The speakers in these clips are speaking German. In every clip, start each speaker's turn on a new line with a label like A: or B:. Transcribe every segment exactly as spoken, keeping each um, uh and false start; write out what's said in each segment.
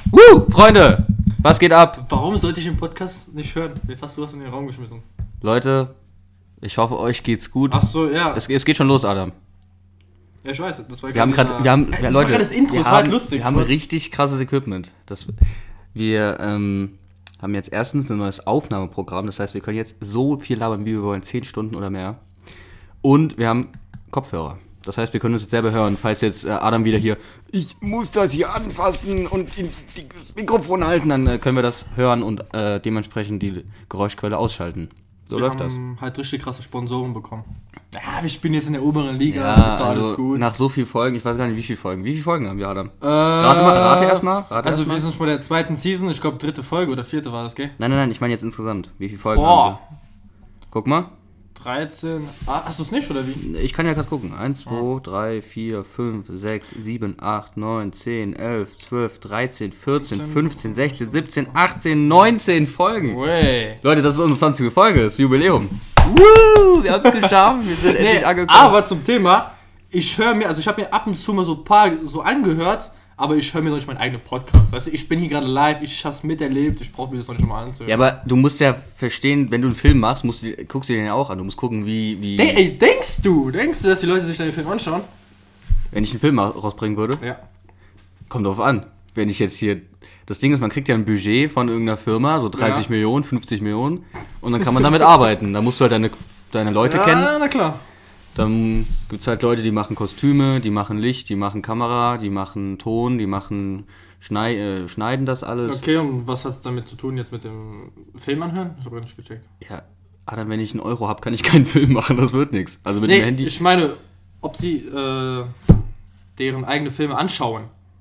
A: Woo, Freunde, was geht ab?
B: Warum sollte ich den Podcast nicht hören? Jetzt hast du was in den Raum geschmissen.
A: Leute, ich hoffe, euch geht's gut.
B: Ach so, ja.
A: Es, es geht schon los, Adam.
B: Ja, ich weiß. Das war
A: wir haben gerade, wir haben,
B: das
A: ja,
B: war
A: Leute,
B: gerade das Intro,
A: wir
B: das war
A: haben,
B: halt lustig.
A: Wir haben richtig krasses Equipment. Das, wir ähm, haben jetzt erstens ein neues Aufnahmeprogramm. Das heißt, wir können jetzt so viel labern, wie wir wollen, zehn Stunden oder mehr. Und wir haben Kopfhörer. Das heißt, wir können uns jetzt selber hören, falls jetzt äh, Adam wieder hier, ich muss das hier anfassen und in, die, das Mikrofon halten, dann äh, können wir das hören und äh, dementsprechend die Geräuschquelle ausschalten. So
B: wir
A: läuft
B: haben
A: das.
B: halt richtig krasse Sponsoren bekommen. Ja, ich bin jetzt in der oberen Liga,
A: Ja,
B: ist doch
A: also
B: alles gut.
A: nach so vielen Folgen, ich weiß gar nicht, wie viele Folgen. Wie viele Folgen haben wir, Adam?
B: Äh,
A: rate mal, rate erstmal. Rate
B: also
A: erst mal.
B: wir sind schon bei der zweiten Season, ich glaube dritte Folge oder vierte war das, gell?
A: Nein, nein, nein, ich meine jetzt insgesamt. Wie viele Folgen
B: Boah.
A: haben wir? Guck mal.
B: dreizehn. Ah, hast du es nicht, oder wie?
A: Ich kann ja gerade gucken. eins, zwei, drei, vier, fünf, sechs, sieben, acht, neun, zehn, elf, zwölf, dreizehn, vierzehn, fünfzehn, sechzehn, siebzehn, achtzehn, neunzehn Folgen.
B: Wey.
A: Leute, das ist unsere zwanzigste Folge, das Jubiläum. Woo, wir haben es geschafft, wir sind endlich
B: Nee,
A: angekommen.
B: aber zum Thema, ich höre mir, also ich habe mir ab und zu mal so ein paar so angehört, aber ich höre mir noch nicht meinen eigenen Podcast. Weißt du, ich bin hier gerade live, ich habe es miterlebt, ich brauche mir das noch nicht mal anzuhören.
A: Ja, aber du musst ja verstehen, wenn du einen Film machst, musst du, guckst du den ja auch an. Du musst gucken, wie... wie
B: De- ey, denkst du, denkst du, dass die Leute sich deinen Film anschauen?
A: Wenn ich einen Film rausbringen würde,
B: Ja.
A: kommt drauf an. Wenn ich jetzt hier... Das Ding ist, man kriegt ja ein Budget von irgendeiner Firma, so dreißig
B: Ja.
A: Millionen, fünfzig Millionen, und dann kann man damit arbeiten. Da musst du halt deine, deine Leute
B: ja,
A: kennen.
B: na klar.
A: Dann gibt es halt Leute, die machen Kostüme, die machen Licht, die machen Kamera, die machen Ton, die machen Schnei äh, schneiden das alles.
B: Okay, und was hat es damit zu tun jetzt mit dem Film anhören? Ich habe gar nicht gecheckt.
A: Ja, Adam, wenn ich einen Euro habe, kann ich keinen Film machen, das wird nichts. Also mit
B: Nee,
A: dem Handy.
B: ich meine, ob sie äh, deren eigene Filme anschauen.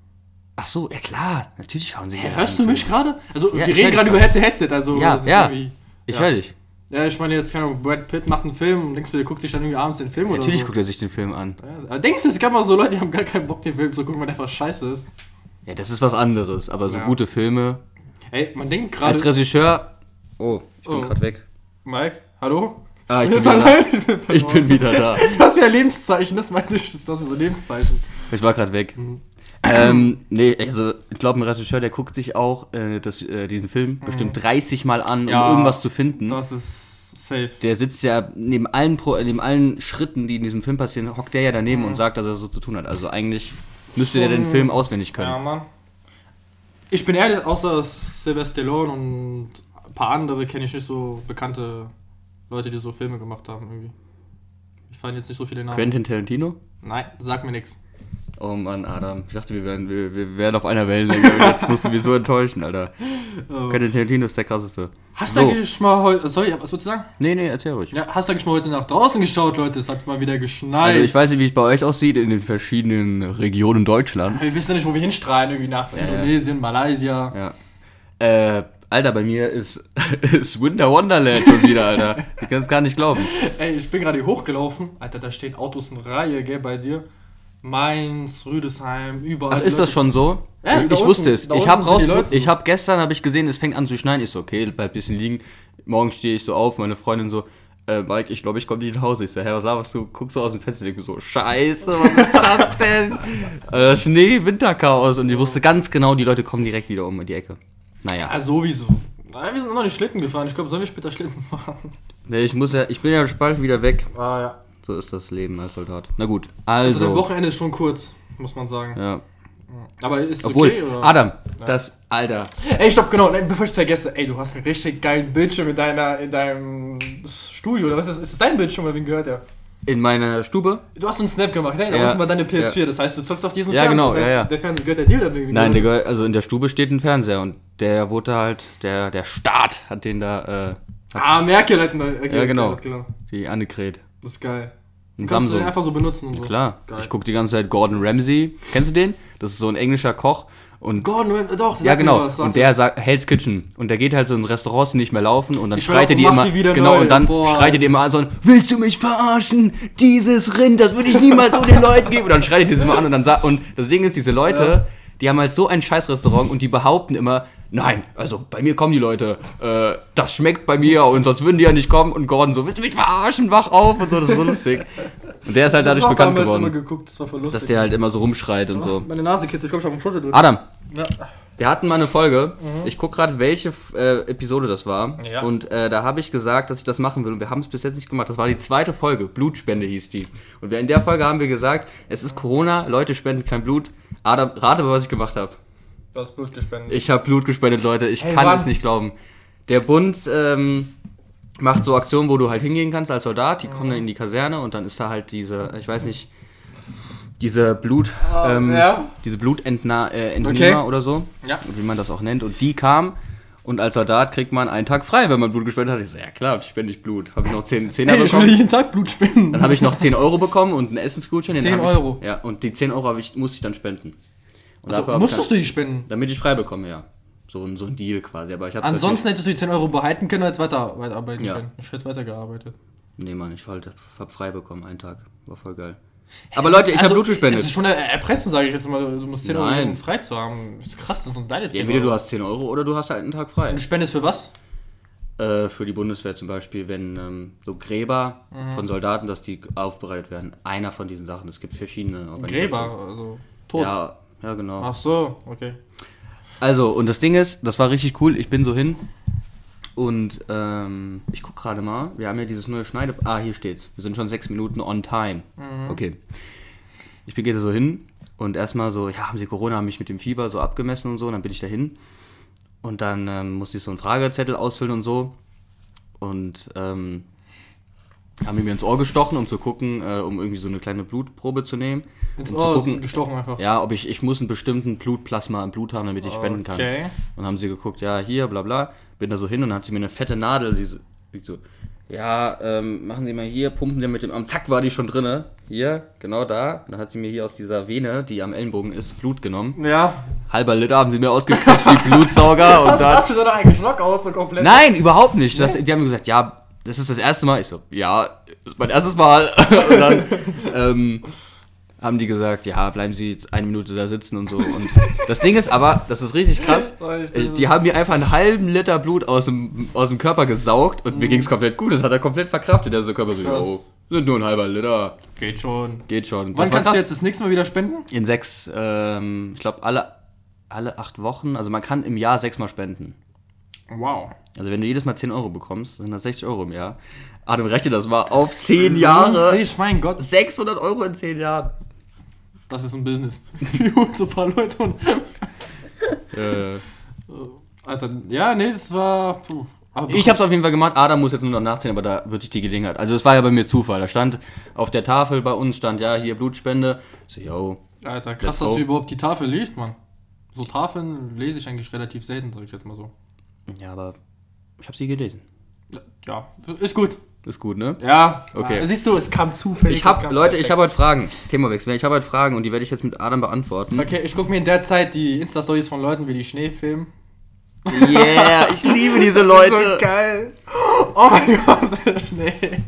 A: Ach so, ja klar, natürlich schauen sie.
B: Hä,
A: ja
B: hörst du mich gerade? Also,
A: Ja,
B: wir
A: ich
B: reden
A: hör
B: gerade
A: dich
B: über Headset-Headset, also
A: Ja,
B: das ist
A: ja.
B: irgendwie...
A: Ich
B: ja.
A: höre dich.
B: Ja, ich meine jetzt, keine Ahnung, Brad Pitt macht einen Film und denkst du, der guckt sich dann irgendwie abends den Film oder
A: Natürlich
B: so?
A: guckt er sich den Film an.
B: Ja, aber denkst du, es gab mal so Leute, die haben gar keinen Bock, den Film zu gucken, weil der einfach scheiße ist?
A: Ja, das ist was anderes, aber so
B: Ja.
A: gute Filme.
B: Ey, man denkt gerade...
A: Als Regisseur. Oh, ich bin
B: Oh.
A: gerade weg.
B: Mike, hallo?
A: Ah, ich bin,
B: jetzt
A: wieder
B: allein.
A: da. Ich bin wieder da.
B: Das wäre Lebenszeichen, das meinte ich, das ist das so Lebenszeichen.
A: Ich war gerade weg.
B: Mhm.
A: Ähm, nee, also ich glaube, ein Regisseur, der guckt sich auch äh, das, äh, diesen Film bestimmt dreißig Mal an,
B: Ja,
A: um irgendwas zu finden.
B: Das ist safe.
A: Der sitzt ja neben allen, Pro, neben allen Schritten, die in diesem Film passieren, hockt der ja daneben
B: Mhm.
A: und sagt, dass er so zu tun hat. Also eigentlich müsste der den Film auswendig können.
B: Ja, Mann. Ich bin ehrlich, außer Sylvester Stallone und ein paar andere kenne ich nicht so bekannte Leute, die so Filme gemacht haben irgendwie. Ich fand jetzt nicht so viele Namen.
A: Quentin Tarantino?
B: Nein, sag mir nichts.
A: Oh Mann, Adam. Ich dachte, wir wären, wir, wir wären auf einer Wellenlänge. Und jetzt musst du mich so enttäuschen, Alter.
B: Oh.
A: Quentin Tarantino ist der krasseste.
B: Hast
A: So.
B: du eigentlich mal heute... Sorry, was wolltest du sagen?
A: Nee, nee, erzähl ruhig.
B: Ja, hast du eigentlich mal heute nach draußen geschaut, Leute? Es hat mal wieder geschneit.
A: Also ich weiß nicht, wie es bei euch aussieht in den verschiedenen Regionen Deutschlands.
B: Wir wissen ja nicht, wo wir hinstrahlen, irgendwie nach
A: Ja, ja.
B: Indonesien, Malaysia.
A: Ja. Äh, Alter, bei mir ist, ist Winter Wonderland schon wieder, Alter. Ich kann es gar nicht glauben.
B: Ey, ich bin gerade hier hochgelaufen. Alter, da stehen Autos in Reihe, gell, bei dir. Mainz, Rüdesheim, überall.
A: Ach, ist das schon so?
B: Ja,
A: ich
B: da
A: ich
B: unten-
A: wusste es.
B: da
A: Ich
B: unten
A: habe
B: sind die
A: raus,
B: Leute so.
A: ich habe gestern habe ich gesehen, es fängt an zu schneien. Ich so, okay, bleib ein bisschen liegen. Morgen stehe ich so auf, meine Freundin so, äh, Mike, ich glaube, ich komme nicht nach Hause. Ich so, hä, was laberst du? Guckst so aus dem Fenster, denk so, scheiße, was ist das denn? äh, Schnee, Winterchaos. Und ich wusste ganz genau, die Leute kommen direkt wieder um die Ecke. Naja.
B: Ja, sowieso. Na, wir sind noch nicht Schlitten gefahren. Ich glaube, sollen wir später Schlitten fahren?
A: Nee, ich muss ja, ich bin ja bald wieder weg.
B: Ah, ja.
A: So ist das Leben als Soldat. Na gut,
B: Also,
A: also.
B: dein Wochenende ist schon kurz, muss man sagen.
A: ja.
B: Aber ist es
A: Obwohl,
B: okay, oder?
A: Adam, das, Alter.
B: Ey, stopp, genau, nein, bevor ich es vergesse. Ey, du hast einen richtig geilen Bildschirm in, deiner, in deinem Studio, oder was ist das? Ist das dein Bildschirm, oder wen gehört der?
A: In meiner Stube?
B: Du hast einen Snap gemacht, ne? Da
A: Ja.
B: unten war deine P S vier,
A: Ja.
B: das heißt, du zockst auf diesen
A: Ja,
B: Fernseher.
A: genau,
B: das heißt,
A: ja, ja.
B: der Fernseher gehört der dir, oder wem
A: Nein, der
B: gehört
A: gehört, also in der Stube steht ein Fernseher und der wurde halt, der, der Staat hat den da, äh,
B: der? Ah, Merkel hat einen. Okay,
A: ja genau,
B: Das ist, klar.
A: die Annegret.
B: Das ist geil.
A: Ein
B: Kannst du
A: Samsung.
B: den einfach so benutzen und so.
A: Klar,
B: Geil.
A: ich gucke die ganze Zeit Gordon Ramsay. Kennst du den? Das ist so ein englischer Koch. Und
B: Gordon, Ramsay, doch,
A: ja,
B: sag
A: genau.
B: mir was, sag
A: Und der sagt Hell's Kitchen. Und der geht halt so in Restaurants, die nicht mehr laufen. Und dann
B: Ich
A: schreit er
B: will
A: die
B: auch,
A: immer.
B: mach die wieder
A: Genau,
B: neu.
A: und dann
B: Boah.
A: schreit er die immer an, so: Willst du mich verarschen? Dieses Rind, das würde ich niemals so den Leuten geben. Und dann schreit er das immer an. Und dann sagt, und das Ding ist, diese Leute,
B: Ja.
A: die haben halt so ein scheiß Restaurant und die behaupten immer: Nein, also bei mir kommen die Leute, äh, das schmeckt bei mir und sonst würden die ja nicht kommen. Und Gordon so: Willst du mich verarschen? Wach auf! Und so, das ist so lustig. Und der ist halt dadurch
B: Papa
A: bekannt
B: haben wir jetzt
A: geworden.
B: immer geguckt, das war voll lustig.
A: dass der halt immer so rumschreit und so.
B: Meine Nase kitzelt, ich glaube, ich habe einen Foto drin.
A: Adam,
B: Ja.
A: Wir hatten mal eine Folge, mhm. ich gucke gerade, welche äh, Episode das war.
B: Ja.
A: Und äh, da habe ich gesagt, dass ich das machen will. Und wir haben es bis jetzt nicht gemacht. Das war die zweite Folge. Blutspende hieß die. Und wir, in der Folge haben wir gesagt, es ist Corona, Leute spenden kein Blut. Adam, rate mal, was ich gemacht habe.
B: Du hast Blut gespendet.
A: Ich habe Blut gespendet, Leute. Ich
B: hey,
A: kann
B: wann?
A: es nicht glauben. Der Bund ähm, macht so Aktionen, wo du halt hingehen kannst als Soldat. Die mhm. kommen dann in die Kaserne und dann ist da halt diese, ich weiß nicht, diese Blut,
B: oh,
A: ähm,
B: ja.
A: diese Blutentnehmer äh,
B: okay.
A: oder so,
B: ja.
A: wie man das auch nennt. Und die kam und als Soldat kriegt man einen Tag frei, wenn man Blut gespendet hat. Ich so, ja klar, ich spende ich Blut. Habe ich noch zehn Zehner
B: hey,
A: bekommen.
B: Ich will jeden Tag Blut spenden.
A: Dann habe ich noch zehn Euro bekommen und einen Essensgutschein.
B: zehn Euro?
A: Ich, ja, und die zehn Euro ich, musste ich dann spenden. Und
B: also, musstest du die spenden?
A: Damit ich frei bekomme, ja. So ein, so ein Deal quasi. Aber ich
B: Ansonsten hättest du die zehn Euro behalten können und jetzt weiter, weiterarbeiten
A: ja.
B: können. Ich hätte weitergearbeitet.
A: Nee, Mann, ich halt, hab frei bekommen, einen Tag. War voll geil. Aber es Leute, ich also, habe Blut gespendet.
B: Das ist schon erpressen, sage ich jetzt mal. Du musst zehn Euro frei zu haben. Das ist krass, das sind deine zehn Euro.
A: Entweder du hast zehn Euro oder du hast halt einen Tag frei.
B: Und du spendest für was?
A: Äh, für die Bundeswehr zum Beispiel, wenn ähm, so Gräber mhm. von Soldaten, dass die aufbereitet werden. Einer von diesen Sachen. Es gibt verschiedene
B: Organisationen. Gräber, also tot?
A: Ja, ja, genau.
B: Ach so, okay.
A: Also, und das Ding ist, das war richtig cool. Ich bin so hin und ähm, ich guck gerade mal. Wir haben ja dieses neue Schneide... Ah, hier steht's. Wir sind schon sechs Minuten on time. Mhm. Okay. Ich bin gehe so hin und erstmal so, ja, haben sie Corona, haben mich mit dem Fieber so abgemessen und so. Und dann bin ich da hin und dann ähm, musste ich so einen Fragezettel ausfüllen und so. Und ähm, haben die mir ins Ohr gestochen, um zu gucken, äh, um irgendwie so eine kleine Blutprobe zu nehmen.
B: Ins
A: um
B: Ohr
A: zu gucken,
B: gestochen einfach?
A: Ja, ob ich, ich muss einen bestimmten Blutplasma im Blut haben, damit ich spenden kann.
B: Okay.
A: Und haben sie geguckt, ja, hier, bla bla. Bin da so hin und dann hat sie mir eine fette Nadel, sie so, so ja, ähm, machen Sie mal hier, pumpen Sie mit dem Arm, zack, war die schon drinne. Hier, genau da. Und dann hat sie mir hier aus dieser Vene, die am Ellenbogen ist, Blut genommen.
B: Ja.
A: Halber Liter haben sie mir ausgequetscht, die Blutsauger.
B: Was,
A: und
B: hast du da eigentlich Knockout so komplett?
A: Nein, überhaupt nicht. Das, die haben mir gesagt, ja, das ist das erste Mal. Ich so, ja, das ist mein erstes Mal. Und dann ähm, haben die gesagt, ja, bleiben Sie jetzt eine Minute da sitzen und so. Und das Ding ist aber, das ist richtig krass, die haben mir einfach einen halben Liter Blut aus dem, aus dem Körper gesaugt und mhm. mir ging es komplett gut. Das hat er komplett verkraftet, der so Körper so, oh, sind nur ein halber Liter.
B: Geht schon.
A: Geht schon.
B: Wann kannst du jetzt das nächste Mal wieder spenden?
A: In sechs, ähm, ich glaube alle, alle acht Wochen, also man kann im Jahr sechsmal spenden.
B: Wow.
A: Also wenn du jedes Mal zehn Euro bekommst, sind das sechzig Euro im Jahr. Adam, rechne das mal auf zehn Jahre.
B: Mein Gott.
A: sechshundert Euro in zehn Jahren.
B: Das ist ein Business. Wir holen so ein paar Leute und...
A: äh.
B: Alter, ja, nee, das war... Puh.
A: Aber ich hab's auf jeden Fall gemacht. Adam muss jetzt nur noch nachzählen, aber da wird sich die Gelegenheit... Also es war ja bei mir Zufall. Da stand auf der Tafel bei uns, stand ja hier Blutspende. So, yo.
B: Alter, krass, dass du überhaupt die Tafel liest, Mann. So Tafeln lese ich eigentlich relativ selten, sag ich jetzt mal so.
A: Ja, aber ich hab sie gelesen.
B: Ja, ist gut.
A: Ist gut, ne?
B: Ja.
A: Okay.
B: Ja, siehst du, es kam zufällig.
A: Ich hab, Leute, perfekt. ich habe heute Fragen. Themawechsel. Ich habe heute Fragen und die werde ich jetzt mit Adam beantworten.
B: Okay, ich gucke mir in der Zeit die Insta-Stories von Leuten, wie die Schnee filmen.
A: Yeah, ich liebe diese Leute.
B: Das ist so geil. Oh mein Gott, der Schnee.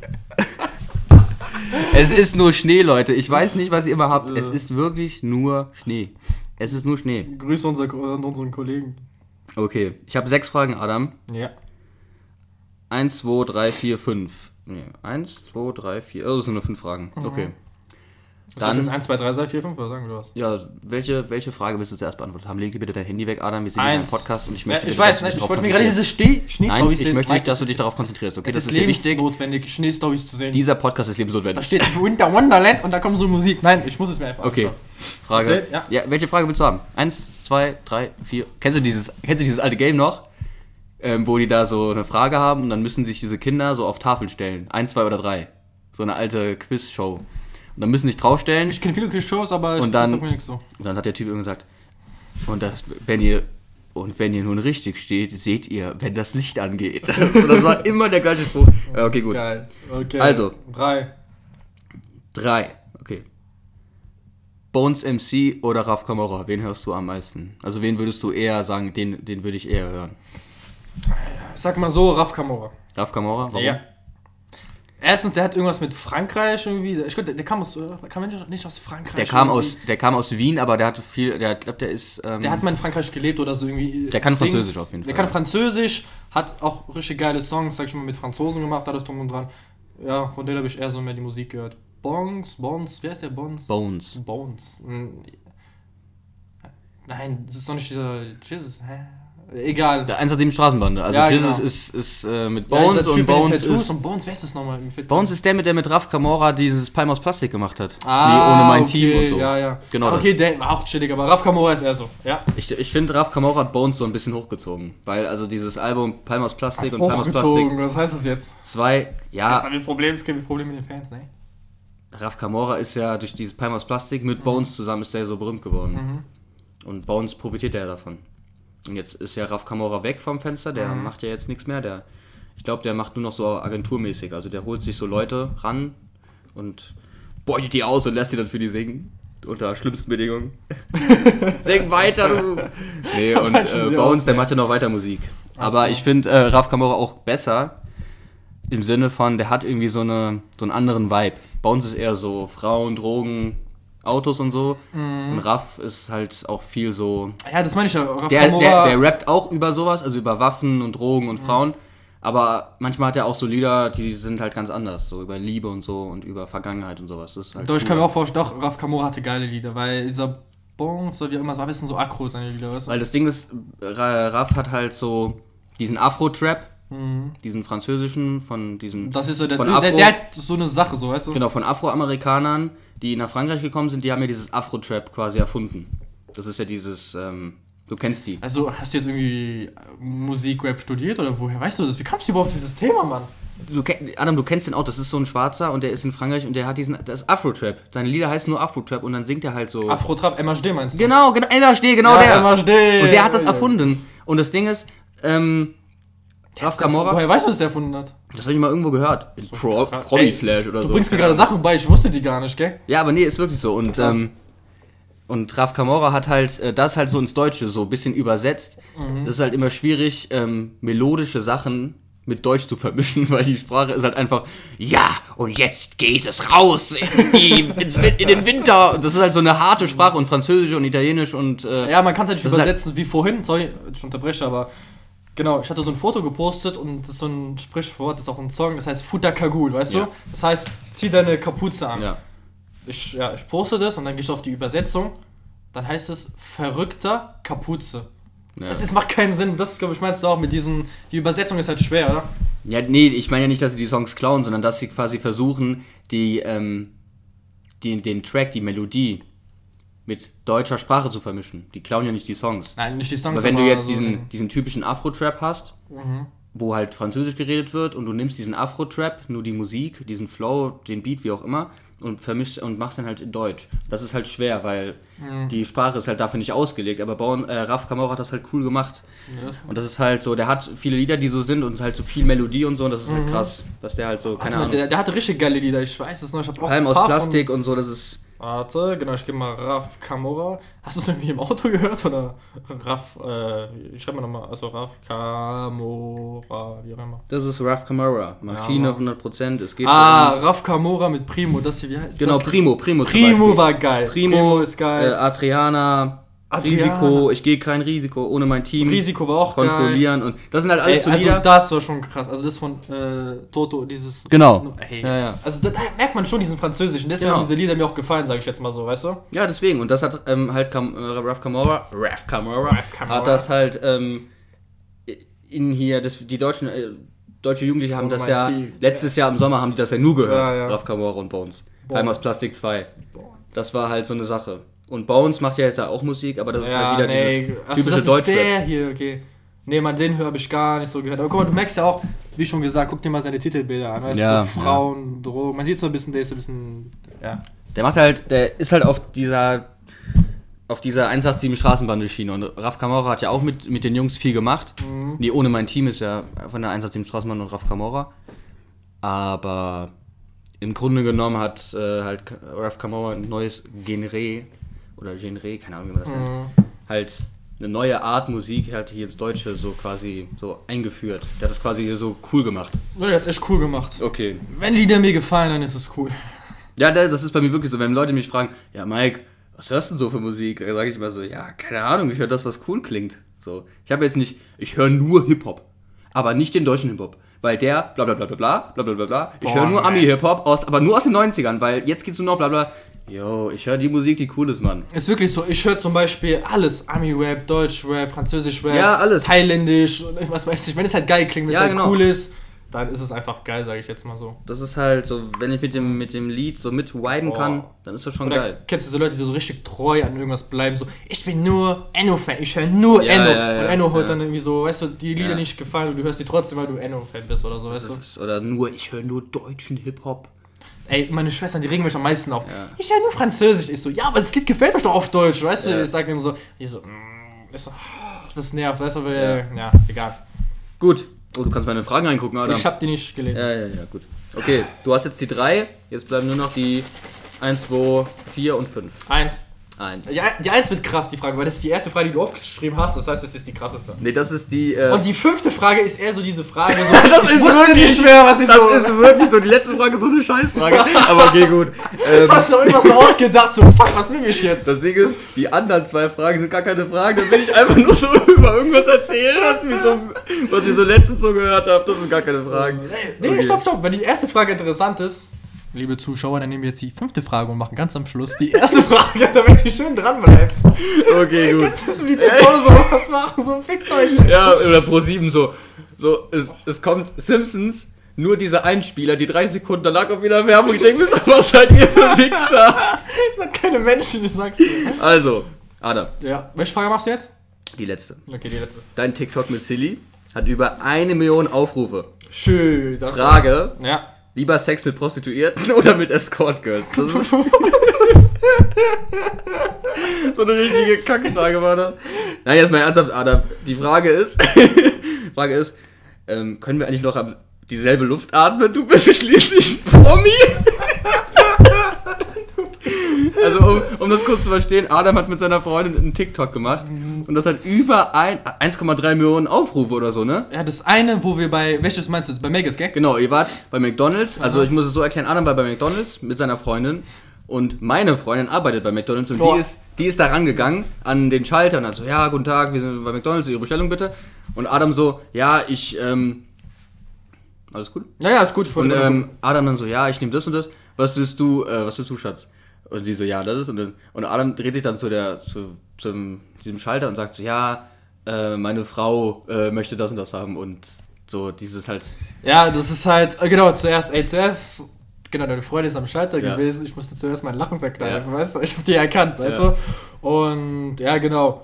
A: Es ist nur Schnee, Leute. Ich weiß nicht, was ihr immer habt. Es ist wirklich nur Schnee. Es ist nur Schnee.
B: Grüße unser, an unseren Kollegen.
A: Okay, ich habe sechs Fragen, Adam.
B: Ja.
A: Eins, zwei, drei, vier, fünf. Nee, eins, zwei, drei, vier. Oh, das sind nur fünf Fragen.
B: Mhm.
A: Okay.
B: Dann ist eins, zwei, drei, vier, fünf, was sagen wir was?
A: Ja, welche, welche Frage willst du zuerst beantwortet haben? Leg bitte dein Handy weg, Adam. Wir sind hier im Podcast und ich möchte.
B: Ja, ich bitte, weiß, nicht, ich wollte mir gerade diese Schneestories
A: Nein, ich möchte nicht, dass du dich darauf konzentrierst. Okay,
B: es
A: das
B: ist,
A: ist wichtig.
B: notwendig, Schneestories zu sehen.
A: Dieser Podcast ist lebensnotwendig.
B: Da steht Winter Wonderland und da kommt so Musik. Nein, ich muss es mir einfach
A: Okay.
B: anschauen.
A: Frage.
B: Erzähl, ja.
A: ja, welche Frage willst du haben? Eins, zwei, drei, vier. Kennst du dieses, kennst du dieses alte Game noch? Ähm, wo die da so eine Frage haben und dann müssen sich diese Kinder so auf Tafeln stellen. Eins, zwei oder drei. So eine alte Quiz-Show. Und dann müssen sich draufstellen.
B: Ich kenne viele Quiz-Shows, aber
A: und
B: ich
A: dann,
B: sag mir nichts so.
A: Und dann hat der Typ irgendwann gesagt, und das, wenn ihr, und wenn ihr nun richtig steht, seht ihr, wenn das Licht angeht. Und das war immer der gleiche Spruch. Ja, okay, gut.
B: Geil. Okay.
A: Also.
B: Drei.
A: Drei. Okay. Bones M C oder Raf Camora, wen hörst du am meisten? Also wen würdest du eher sagen, den, den würde ich eher hören?
B: Sag mal so, Raf Camora.
A: Raf Camora? Warum?
B: Ja. Erstens, der hat irgendwas mit Frankreich irgendwie. Ich glaube, der kam aus, der kam nicht aus Frankreich.
A: Der kam aus, der kam aus Wien, aber der hatte viel, der glaube, der ist. Ähm,
B: der hat mal in Frankreich gelebt oder so irgendwie.
A: Der kann
B: Dings.
A: Französisch auf jeden Fall.
B: Der kann Französisch, hat auch richtig geile Songs, sag ich mal, mit Franzosen gemacht, alles drum und dran. Ja, von denen habe ich eher so mehr die Musik gehört. Bones, Bones, wer ist der Bones?
A: Bones.
B: Bones. Nein, das ist doch nicht dieser Jesus, hä? Egal.
A: Der eins sieben Straßenbande. Also
B: ja,
A: Jesus
B: genau.
A: ist, ist äh, mit
B: Ja,
A: Bones
B: und
A: und Bones
B: Tattoos
A: ist...
B: Und Bones, wer ist das nochmal?
A: Bones ist der, mit der mit Raf Camora dieses Palm aus Plastik gemacht hat.
B: Ah,
A: Wie ohne mein
B: okay,
A: Team und so.
B: Ja, ja.
A: Genau.
B: Okay, der war auch chillig, aber Raf Camora ist eher so, ja.
A: Ich, ich finde, Raf Camora hat Bones so ein bisschen hochgezogen. Weil also dieses Album Palm aus Plastik und Palm aus Plastik
B: Hochgezogen, was heißt das jetzt?
A: zwei, ja...
B: Jetzt haben wir Probleme, es gibt Probleme mit den Fans, ne?
A: Raf Camora ist ja durch dieses Palm aus Plastik mit mhm. Bones zusammen ist der so berühmt geworden. Mhm. Und Bones profitiert ja davon. Und jetzt ist ja Raf Camora weg vom Fenster, der mhm. macht ja jetzt nichts mehr. Der, ich glaube, der macht nur noch so agenturmäßig. Also der holt sich so Leute ran und beutet die aus und lässt die dann für die singen. Unter schlimmsten Bedingungen. Sing weiter, du! Nee, und äh, Bones, der macht ja noch weiter Musik. Ach Aber so. ich finde äh, Raf Camora auch besser im Sinne von, der hat irgendwie so, eine, so einen anderen Vibe. Bones ist eher so Frauen, Drogen, Autos und so. Mm. Und Raff ist halt auch viel so...
B: Ja, das meine ich ja. Raf
A: der, der, der rappt auch über sowas, also über Waffen und Drogen und mm. Frauen. Aber manchmal hat er auch so Lieder, die sind halt ganz anders. So über Liebe und so und über Vergangenheit und sowas. Das ist halt
B: doch, ich kann mir auch vorstellen, doch, Raf Camora hatte geile Lieder, weil dieser Bones oder wie auch immer, es war ein bisschen so aggro, seine Lieder, weißt du?
A: Weil das Ding ist, Raff hat halt so diesen Afro-Trap, mhm. diesen französischen, von diesem...
B: Das ist so der, Afro, der, der hat so eine Sache, so, weißt du?
A: Genau, von Afroamerikanern, die nach Frankreich gekommen sind, die haben ja dieses Afro-Trap quasi erfunden. Das ist ja dieses, ähm, du kennst die.
B: Also hast du jetzt irgendwie Musik-Rap studiert oder woher weißt du das? Wie kamst du überhaupt auf dieses Thema, Mann?
A: Du, Adam, du kennst den auch, das ist so ein Schwarzer und der ist in Frankreich und der hat diesen, das ist Afro-Trap. Seine Lieder heißen nur Afro-Trap und dann singt er halt so...
B: Afro-Trap, M H D meinst du?
A: Genau, genau, M H D, genau
B: ja,
A: der.
B: M H D.
A: Und der hat das erfunden. Und das Ding ist, ähm... Raf Camora.
B: Woher weißt du, dass der erfunden hat?
A: Das habe ich mal irgendwo gehört. In Pro, Promi-Flash oder so.
B: Du bringst mir gerade Sachen bei, ich wusste die gar nicht, gell?
A: Ja, aber nee, ist wirklich so. Und, ähm, und Raf Camora hat halt äh, das halt so ins Deutsche so ein bisschen übersetzt. Mhm. Das ist halt immer schwierig, ähm, melodische Sachen mit Deutsch zu vermischen, weil die Sprache ist halt einfach, ja, und jetzt geht es raus in, die, ins, in den Winter. Und das ist halt so eine harte Sprache und Französisch und Italienisch und... Äh,
B: ja, man kann es halt nicht übersetzen, halt wie vorhin. Sorry, ich unterbreche, aber... Genau, ich hatte so ein Foto gepostet und das ist so ein Sprichwort, das ist auch ein Song, das heißt Futa Kagul, weißt ja. du? Das heißt, zieh deine Kapuze an. Ja. Ich, ja, ich poste das und dann gehe ich auf die Übersetzung, dann heißt es verrückter Kapuze. Ja. Das ist, macht keinen Sinn, das glaube ich meinst du auch mit diesen, die Übersetzung ist halt schwer, oder?
A: Ja, nee, ich meine ja nicht, dass sie die Songs klauen, sondern dass sie quasi versuchen, die, ähm, die, den Track, die Melodie mit deutscher Sprache zu vermischen. Die klauen ja nicht die Songs.
B: Nein, nicht die Songs.
A: Aber wenn aber du jetzt so diesen, diesen typischen Afro-Trap hast, mhm. wo halt Französisch geredet wird und du nimmst diesen Afro-Trap, nur die Musik, diesen Flow, den Beat, wie auch immer, und vermischst und machst dann halt in Deutsch. Das ist halt schwer, weil mhm. die Sprache ist halt dafür nicht ausgelegt. Aber Bauen, äh, Raf Camora hat das halt cool gemacht. Ja. Und das ist halt so, der hat viele Lieder, die so sind und halt so viel Melodie und so. Und das ist mhm. halt krass, dass der halt so, keine
B: Warte,
A: Ahnung.
B: Der, der hatte richtig geile Lieder, ich weiß es noch. Ich hab auch
A: Palm aus Plastik und so, das ist...
B: Warte, genau, ich gebe mal Raf Camora. Hast du es irgendwie im Auto gehört? Oder Raf, äh, ich schreibe mal nochmal, also Raf Camora, wie auch immer.
A: Das ist Raf Camora, Maschine ja, hundert Prozent, es geht
B: Ah, um Raf Camora mit Primo, das hier, wie heißt
A: Genau,
B: das?
A: Primo, Primo
B: Primo war geil.
A: Primo, Primo ist geil. Äh, Adriana...
B: Adriana.
A: Risiko, ich gehe kein Risiko ohne mein Team.
B: Risiko war auch
A: kontrollieren
B: geil.
A: Und das sind halt alles
B: ey,
A: so
B: also
A: Lieder.
B: Das war schon krass. Also das von äh, Toto, dieses...
A: Genau.
B: Ey.
A: Ja, ja.
B: Also da, da merkt man schon diesen Französischen. Deswegen genau. haben diese Lieder mir auch gefallen, sage ich jetzt mal so, weißt du?
A: Ja, deswegen. Und das hat ähm, halt Cam- äh, Raf Camora, Raf Camora, Raf Camora hat das halt ähm, in hier, das, die deutschen, äh, deutsche Jugendliche haben oh, das ja, Team. letztes Jahr im Sommer haben die das ja nur gehört, ja, ja. Raf Camora und Bones. Palm aus Plastik zwei. Bones. Das war halt so eine Sache. Und Bones macht ja jetzt auch Musik, aber das ist ja, halt wieder nee. dieses
B: Achso,
A: typische
B: das
A: Deutschrap.
B: Ist der hier, okay. Nee, man, den habe ich gar nicht so gehört. Aber guck mal, du merkst ja auch, wie schon gesagt, guck dir mal seine Titelbilder an. Weißt
A: ja,
B: du, so Frauen, ja. Drogen. Man sieht so ein bisschen, der ist so ein bisschen, ja.
A: Der macht halt, der ist halt auf dieser, auf dieser eins acht sieben Straßenbande-Schiene. Und Raf Camora hat ja auch mit, mit den Jungs viel gemacht. Mhm. Nee, ohne mein Team ist ja von der eins acht sieben Straßenbande und Raf Camora. Aber im Grunde genommen hat äh, halt Raf Camora ein neues Genre oder Genre, keine Ahnung, wie man das nennt, mhm. halt eine neue Art Musik halt hier ins Deutsche so quasi so eingeführt. Der hat das quasi hier so cool gemacht.
B: Ja, der hat's echt cool gemacht.
A: Okay.
B: Wenn Lieder mir gefallen, dann ist es cool.
A: Ja, das ist bei mir wirklich so, wenn Leute mich fragen, ja Mike, was hörst du denn so für Musik? Dann sage ich immer so, ja, keine Ahnung, ich höre das, was cool klingt. So, ich habe jetzt nicht, ich höre nur Hip-Hop, aber nicht den deutschen Hip-Hop. Weil der, bla bla bla bla bla bla bla bla, ich höre nur Ami-Hip-Hop, aus, aber nur aus den neunzigern, weil jetzt gibt's nur noch bla bla. Yo, ich höre die Musik, die cool ist, Mann.
B: Ist wirklich so, ich höre zum Beispiel alles. Ami-Rap, Deutsch-Rap, Französisch-Rap,
A: ja, alles.
B: Thailändisch, was weiß ich. Wenn es halt geil klingt, wenn
A: ja,
B: es halt
A: genau.
B: cool ist, dann ist es einfach geil, sage ich jetzt mal so.
A: Das ist halt so, wenn ich mit dem, mit dem Lied so mit viben kann, dann ist das schon
B: Oder
A: geil.
B: Kennst du so Leute, die so richtig treu an irgendwas bleiben, so, ich bin nur Enno-Fan, ich höre nur
A: ja,
B: Enno.
A: Ja, ja,
B: und Enno
A: ja.
B: hört dann irgendwie so, weißt du, die Lieder
A: ja.
B: nicht gefallen und du hörst die trotzdem, weil du Enno-Fan bist oder so, weißt
A: das
B: du.
A: Ist, oder nur, ich höre nur deutschen Hip-Hop.
B: Ey, meine Schwestern, die regen mich am meisten auf.
A: Ja.
B: Ich höre nur Französisch. Ich so, ja, aber das Lied gefällt euch doch auf Deutsch, weißt du?
A: Ja.
B: Ich sag denen so, ich so, mm, ich so, das nervt, weißt du, aber, ja. ja, egal.
A: Gut. Oh, du kannst meine Fragen reingucken, Adam.
B: Ich hab die nicht gelesen.
A: Ja, ja, ja, gut. Okay, du hast jetzt die drei, jetzt bleiben nur noch die eins, zwei, vier und fünf.
B: Eins.
A: Eins.
B: Ja, die eins wird krass, die Frage, weil das ist die erste Frage, die du aufgeschrieben hast, das heißt, das ist die krasseste.
A: Nee, das ist die... Äh
B: Und die fünfte Frage ist eher so diese Frage, so,
A: das
B: ich
A: ist
B: wusste
A: wirklich,
B: nicht mehr, was ich
A: das
B: so...
A: Das ist wirklich so, die letzte Frage ist so eine Scheißfrage, aber okay, gut. Ähm,
B: du hast noch irgendwas so ausgedacht, so, fuck, was nehme ich jetzt?
A: Das Ding ist, die anderen zwei Fragen sind gar keine Fragen, da will ich einfach nur so über irgendwas erzählen, was, mir so, was ich so letztens so gehört habe, das sind gar keine Fragen.
B: Nee,
A: Okay.
B: stopp, stopp, wenn die erste Frage interessant ist, liebe Zuschauer, dann nehmen wir jetzt die fünfte Frage und machen ganz am Schluss die erste Frage, damit die schön dran bleibt.
A: Okay, gut.
B: Kannst du das mit die Telefone so was machen, so fickt euch.
A: Ja, oder Pro sieben so, so es, es kommt Simpsons, nur diese Einspieler, die drei Sekunden, danach kommt wieder Werbung, ich denke mir, was seid ihr für Wichser?
B: Das sind keine Menschen, ich sag's dir.
A: Also, Adam,
B: Ja, welche Frage machst du jetzt?
A: die letzte.
B: Okay, die letzte.
A: Dein TikTok mit Silly hat über eine Million Aufrufe.
B: Schön. Das
A: Frage,
B: Ja.
A: lieber Sex mit Prostituierten oder mit Escort-Girls? Das ist so eine richtige Kackfrage war das. Nein, jetzt mal ernsthaft, Adam. Die Frage ist, Frage ist, ähm, können wir eigentlich noch am- dieselbe Luft atmen? Du bist schließlich ein Promi. Also um, um das kurz zu verstehen, Adam hat mit seiner Freundin einen TikTok gemacht und das hat über ein, eins Komma drei Millionen Aufrufe oder so, ne?
B: Ja, das eine, wo wir bei, welches meinst du jetzt? Bei Megas, gell?
A: Genau, ihr wart bei McDonald's, also ich muss es so erklären, Adam war bei McDonald's mit seiner Freundin und meine Freundin arbeitet bei McDonald's und
B: Oh.
A: die ist, die ist da rangegangen an den Schalter und hat so, ja, guten Tag, wir sind bei McDonald's, Ihre Bestellung bitte. Und Adam so, ja, ich, ähm, alles gut?
B: Ja, ja, ist gut. Ich
A: Und
B: wollte
A: ähm, Adam dann so, ja, ich nehme das und das, was willst du, äh, was willst du, Schatz? Und sie so, ja, das ist und dann, und Adam dreht sich dann zu der, zu, zum, diesem Schalter und sagt so, ja, äh, meine Frau äh, möchte das und das haben und so dieses halt.
B: Ja, das ist halt, äh, genau, zuerst, ey, zuerst, genau, deine Freundin ist am Schalter
A: Ja.
B: gewesen, ich musste zuerst mein Lachen verkneifen,
A: Ja.
B: weißt du, ich hab die erkannt, weißt
A: Ja.
B: du, und, ja, genau,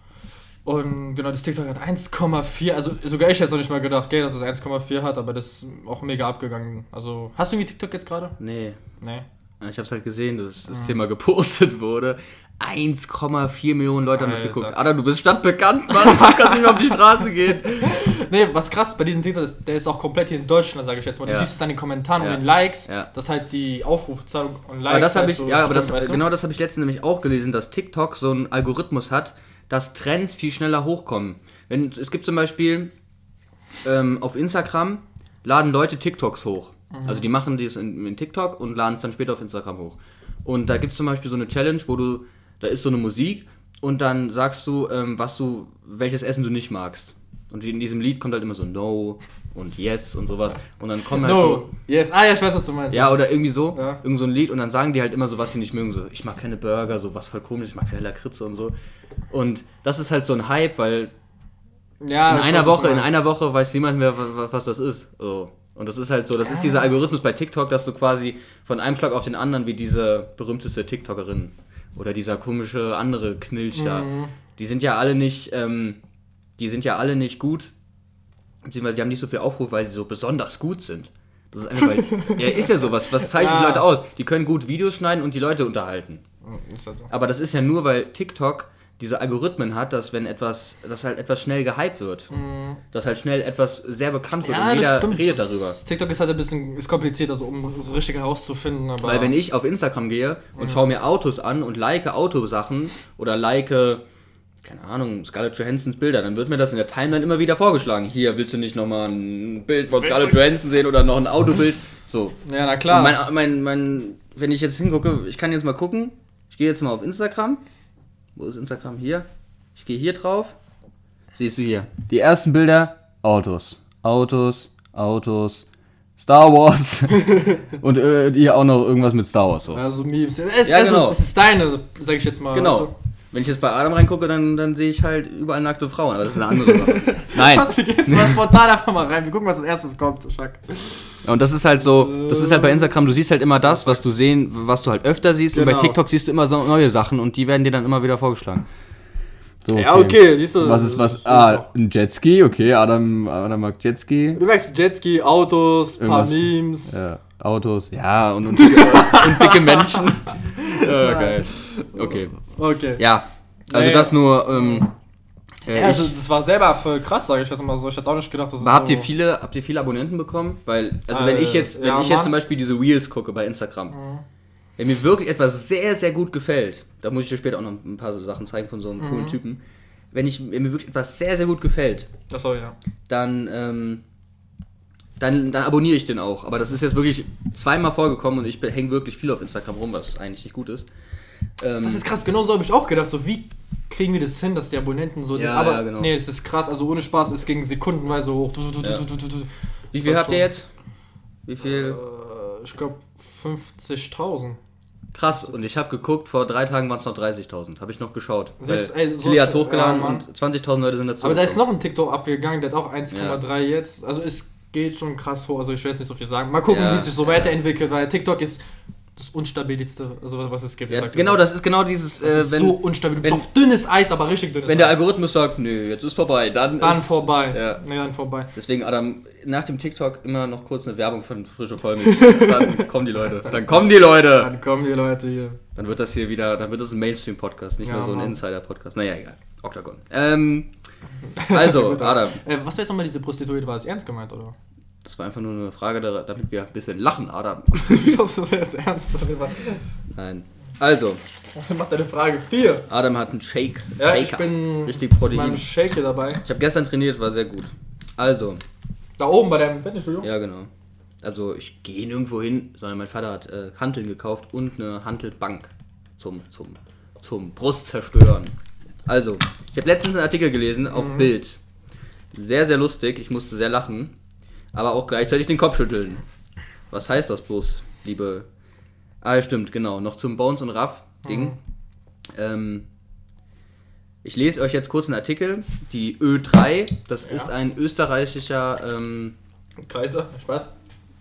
B: und, genau, das TikTok hat eins Komma vier, also, sogar ich hätte noch nicht mal gedacht, gell, dass es eins Komma vier hat, aber das ist auch mega abgegangen, also, hast du irgendwie TikTok jetzt gerade?
A: Nee.
B: Nee.
A: Ich hab's halt gesehen, dass das Thema gepostet wurde. eins Komma vier Millionen Leute haben das
B: Alter.
A: geguckt. Adam, du bist stadtbekannt, Mann. Du kannst nicht mehr auf die Straße gehen.
B: Nee, was krass bei diesem TikTok ist, der ist auch komplett hier in Deutschland, sage ich jetzt mal. Du
A: Ja.
B: siehst es an den Kommentaren
A: Ja.
B: und den Likes,
A: Ja.
B: dass halt die Aufrufzahlung und Likes
A: Aber das habe
B: halt
A: ich,
B: so
A: ja, aber das,
B: stimmt, weißt du?
A: genau das habe ich letztens nämlich auch gelesen, dass TikTok so einen Algorithmus hat, dass Trends viel schneller hochkommen. Wenn, es gibt zum Beispiel ähm, auf Instagram laden Leute TikToks hoch.
B: Mhm.
A: Also die machen das in, in TikTok und laden es dann später auf Instagram hoch. Und da gibt es zum Beispiel so eine Challenge, wo du, da ist so eine Musik und dann sagst du, ähm, was du, welches Essen du nicht magst. Und in diesem Lied kommt halt immer so No und Yes und sowas. Und dann kommen halt
B: No,
A: so.
B: yes, ah ja, ich weiß, was du meinst.
A: Ja, oder irgendwie so,
B: Ja.
A: irgend so ein Lied und dann sagen die halt immer so, was sie nicht mögen, so, ich mag keine Burger, so was voll komisch, ich mag keine Lakritze und so. Und das ist halt so ein Hype, weil
B: ja,
A: in
B: ich
A: einer
B: weiß, was
A: Woche,
B: du
A: in
B: meinst.
A: einer Woche weiß niemand mehr, was, was das ist. So. Und das ist halt so, das ist dieser Algorithmus bei TikTok, dass du quasi von einem Schlag auf den anderen, wie diese berühmteste TikTokerin oder dieser komische andere Knilch da,
B: Mhm.
A: die sind ja alle nicht, ähm, die sind ja alle nicht gut, beziehungsweise die haben nicht so viel Aufruf, weil sie so besonders gut sind. Das ist einfach, weil, ja, ist ja so, was, was zeichnet die
B: Ja.
A: Leute aus? Die können gut Videos schneiden und die Leute unterhalten.
B: Ist halt so.
A: Aber das ist ja nur, weil TikTok diese Algorithmen hat, dass wenn etwas, dass halt etwas schnell gehypt wird, dass halt schnell etwas sehr bekannt wird und jeder redet darüber.
B: Das TikTok ist halt ein bisschen ist kompliziert, also um so richtig herauszufinden. Aber
A: Weil wenn ich auf Instagram gehe und schaue mir Autos an und like Autosachen oder like, keine Ahnung, Scarlett Johansons Bilder, dann wird mir das in der Timeline immer wieder vorgeschlagen. Hier, willst du nicht nochmal ein Bild von Scarlett Johansson sehen oder noch ein Autobild? So.
B: Ja, na klar.
A: Und mein, mein, mein, wenn ich jetzt hingucke, ich kann jetzt mal gucken, ich gehe jetzt mal auf Instagram. Wo ist Instagram? Hier. Ich gehe hier drauf. Siehst du hier. Die ersten Bilder, Autos. Autos, Autos, Star Wars und äh, ihr auch noch irgendwas mit Star Wars so.
B: Also Memes. Es,
A: ja,
B: also,
A: genau.
B: Es ist deine, sag ich jetzt mal.
A: Genau.
B: Also.
A: Wenn ich jetzt bei Adam reingucke, dann, dann sehe ich halt überall nackte Frauen, aber das ist eine andere Sache. Nein.
B: Wir gehen jetzt mal spontan einfach mal rein. Wir gucken, was als erstes kommt. Schack.
A: Ja, und das ist halt so, das ist halt bei Instagram, du siehst halt immer das, was du sehen, was du halt öfter siehst. Genau. Und bei TikTok siehst du immer so neue Sachen und die werden dir dann immer wieder vorgeschlagen. So, okay.
B: Ja, okay, siehst du.
A: Was ist was? Ah, ein Jetski, okay, Adam, Adam mag Jetski.
B: Du merkst Jetski, Autos,
A: Irgendwas,
B: paar Memes.
A: Ja, Autos, ja, und, und, dicke, und dicke Menschen. Ja, geil. Okay.
B: Okay.
A: Ja, also nee. das nur, ähm,
B: äh, ja, also das war selber voll krass, sag ich jetzt mal so. Ich hätte auch nicht gedacht, dass es
A: habt
B: so...
A: ihr viele, habt ihr viele Abonnenten bekommen? Weil, also
B: äh,
A: wenn ich jetzt, wenn
B: ja,
A: ich jetzt zum Beispiel diese Reels gucke bei Instagram, mhm. wenn mir wirklich etwas sehr, sehr gut gefällt, da muss ich dir später auch noch ein paar so Sachen zeigen von so einem mhm. coolen Typen, wenn, ich, wenn mir wirklich etwas sehr, sehr gut gefällt,
B: das soll, ja.
A: dann, ähm, dann, dann abonniere ich den auch. Aber das ist jetzt wirklich zweimal vorgekommen und ich hänge wirklich viel auf Instagram rum, was eigentlich nicht gut ist. Ähm,
B: das ist krass, genau so habe ich auch gedacht, so wie kriegen wir das hin, dass die Abonnenten so...
A: Ja,
B: aber
A: ja, genau.
B: Nee, es ist krass, also ohne Spaß, es ging sekundenweise hoch.
A: Ja. Wie viel habt schon. ihr jetzt? Wie viel?
B: Äh, ich glaube fünfzigtausend.
A: Krass, und ich habe geguckt, vor drei Tagen waren es noch dreißigtausend. Habe ich noch geschaut.
B: Tilly
A: hat es hochgeladen ja, und zwanzigtausend Leute sind dazu.
B: Aber da ist noch ein TikTok abgegangen, der hat auch eins Komma drei ja. jetzt. Also es geht schon krass hoch, also ich will jetzt nicht so viel sagen. Mal gucken, ja. wie es sich so weiterentwickelt, weil TikTok ist das Unstabilste, also was es gibt.
A: Ja, genau, das ist genau dieses...
B: Das äh, ist wenn, so unstabil. Du bist auf dünnes Eis, aber richtig dünnes Eis.
A: Wenn der Algorithmus sagt, nö, jetzt ist vorbei, dann
B: Dann
A: ist,
B: vorbei.
A: Ja.
B: Nee, dann vorbei.
A: Deswegen, Adam, nach dem TikTok immer noch kurz eine Werbung von Frische Vollmilch. Dann kommen die Leute. Dann kommen die Leute.
B: Dann kommen die Leute hier.
A: Dann wird das hier wieder, dann wird das ein Mainstream-Podcast, nicht ja, mehr so ein Insider-Podcast. Naja, egal. Octagon. Ähm, also, Adam.
B: Äh, was war jetzt nochmal diese Prostituierte? War das ernst gemeint, oder?
A: Das war einfach nur eine Frage, damit wir ein bisschen lachen, Adam.
B: Ich glaube, das war jetzt ernst.
A: Nein. Also.
B: Macht deine Frage vier.
A: Adam hat einen Shake.
B: Ja, Shaker. Ich bin
A: richtig Protein.
B: mit meinem Shake hier dabei.
A: Ich habe gestern trainiert, war sehr gut. Also.
B: Da oben bei deinem Fitnessstudio?
A: Ja, genau. Also ich gehe nirgendwo hin, sondern mein Vater hat äh, Hanteln gekauft und eine Hantelbank zum, zum, zum Brustzerstören. Also, ich habe letztens einen Artikel gelesen auf mhm. Bild. Sehr, sehr lustig. Ich musste sehr lachen. Aber auch gleichzeitig den Kopf schütteln. Was heißt das bloß, liebe... Ah, stimmt, genau. Noch zum Bones und Raff-Ding. Mhm. Ähm, ich lese euch jetzt kurz einen Artikel. Die Ö drei, das ja. ist ein österreichischer... Ähm,
B: Kaiser, Spaß.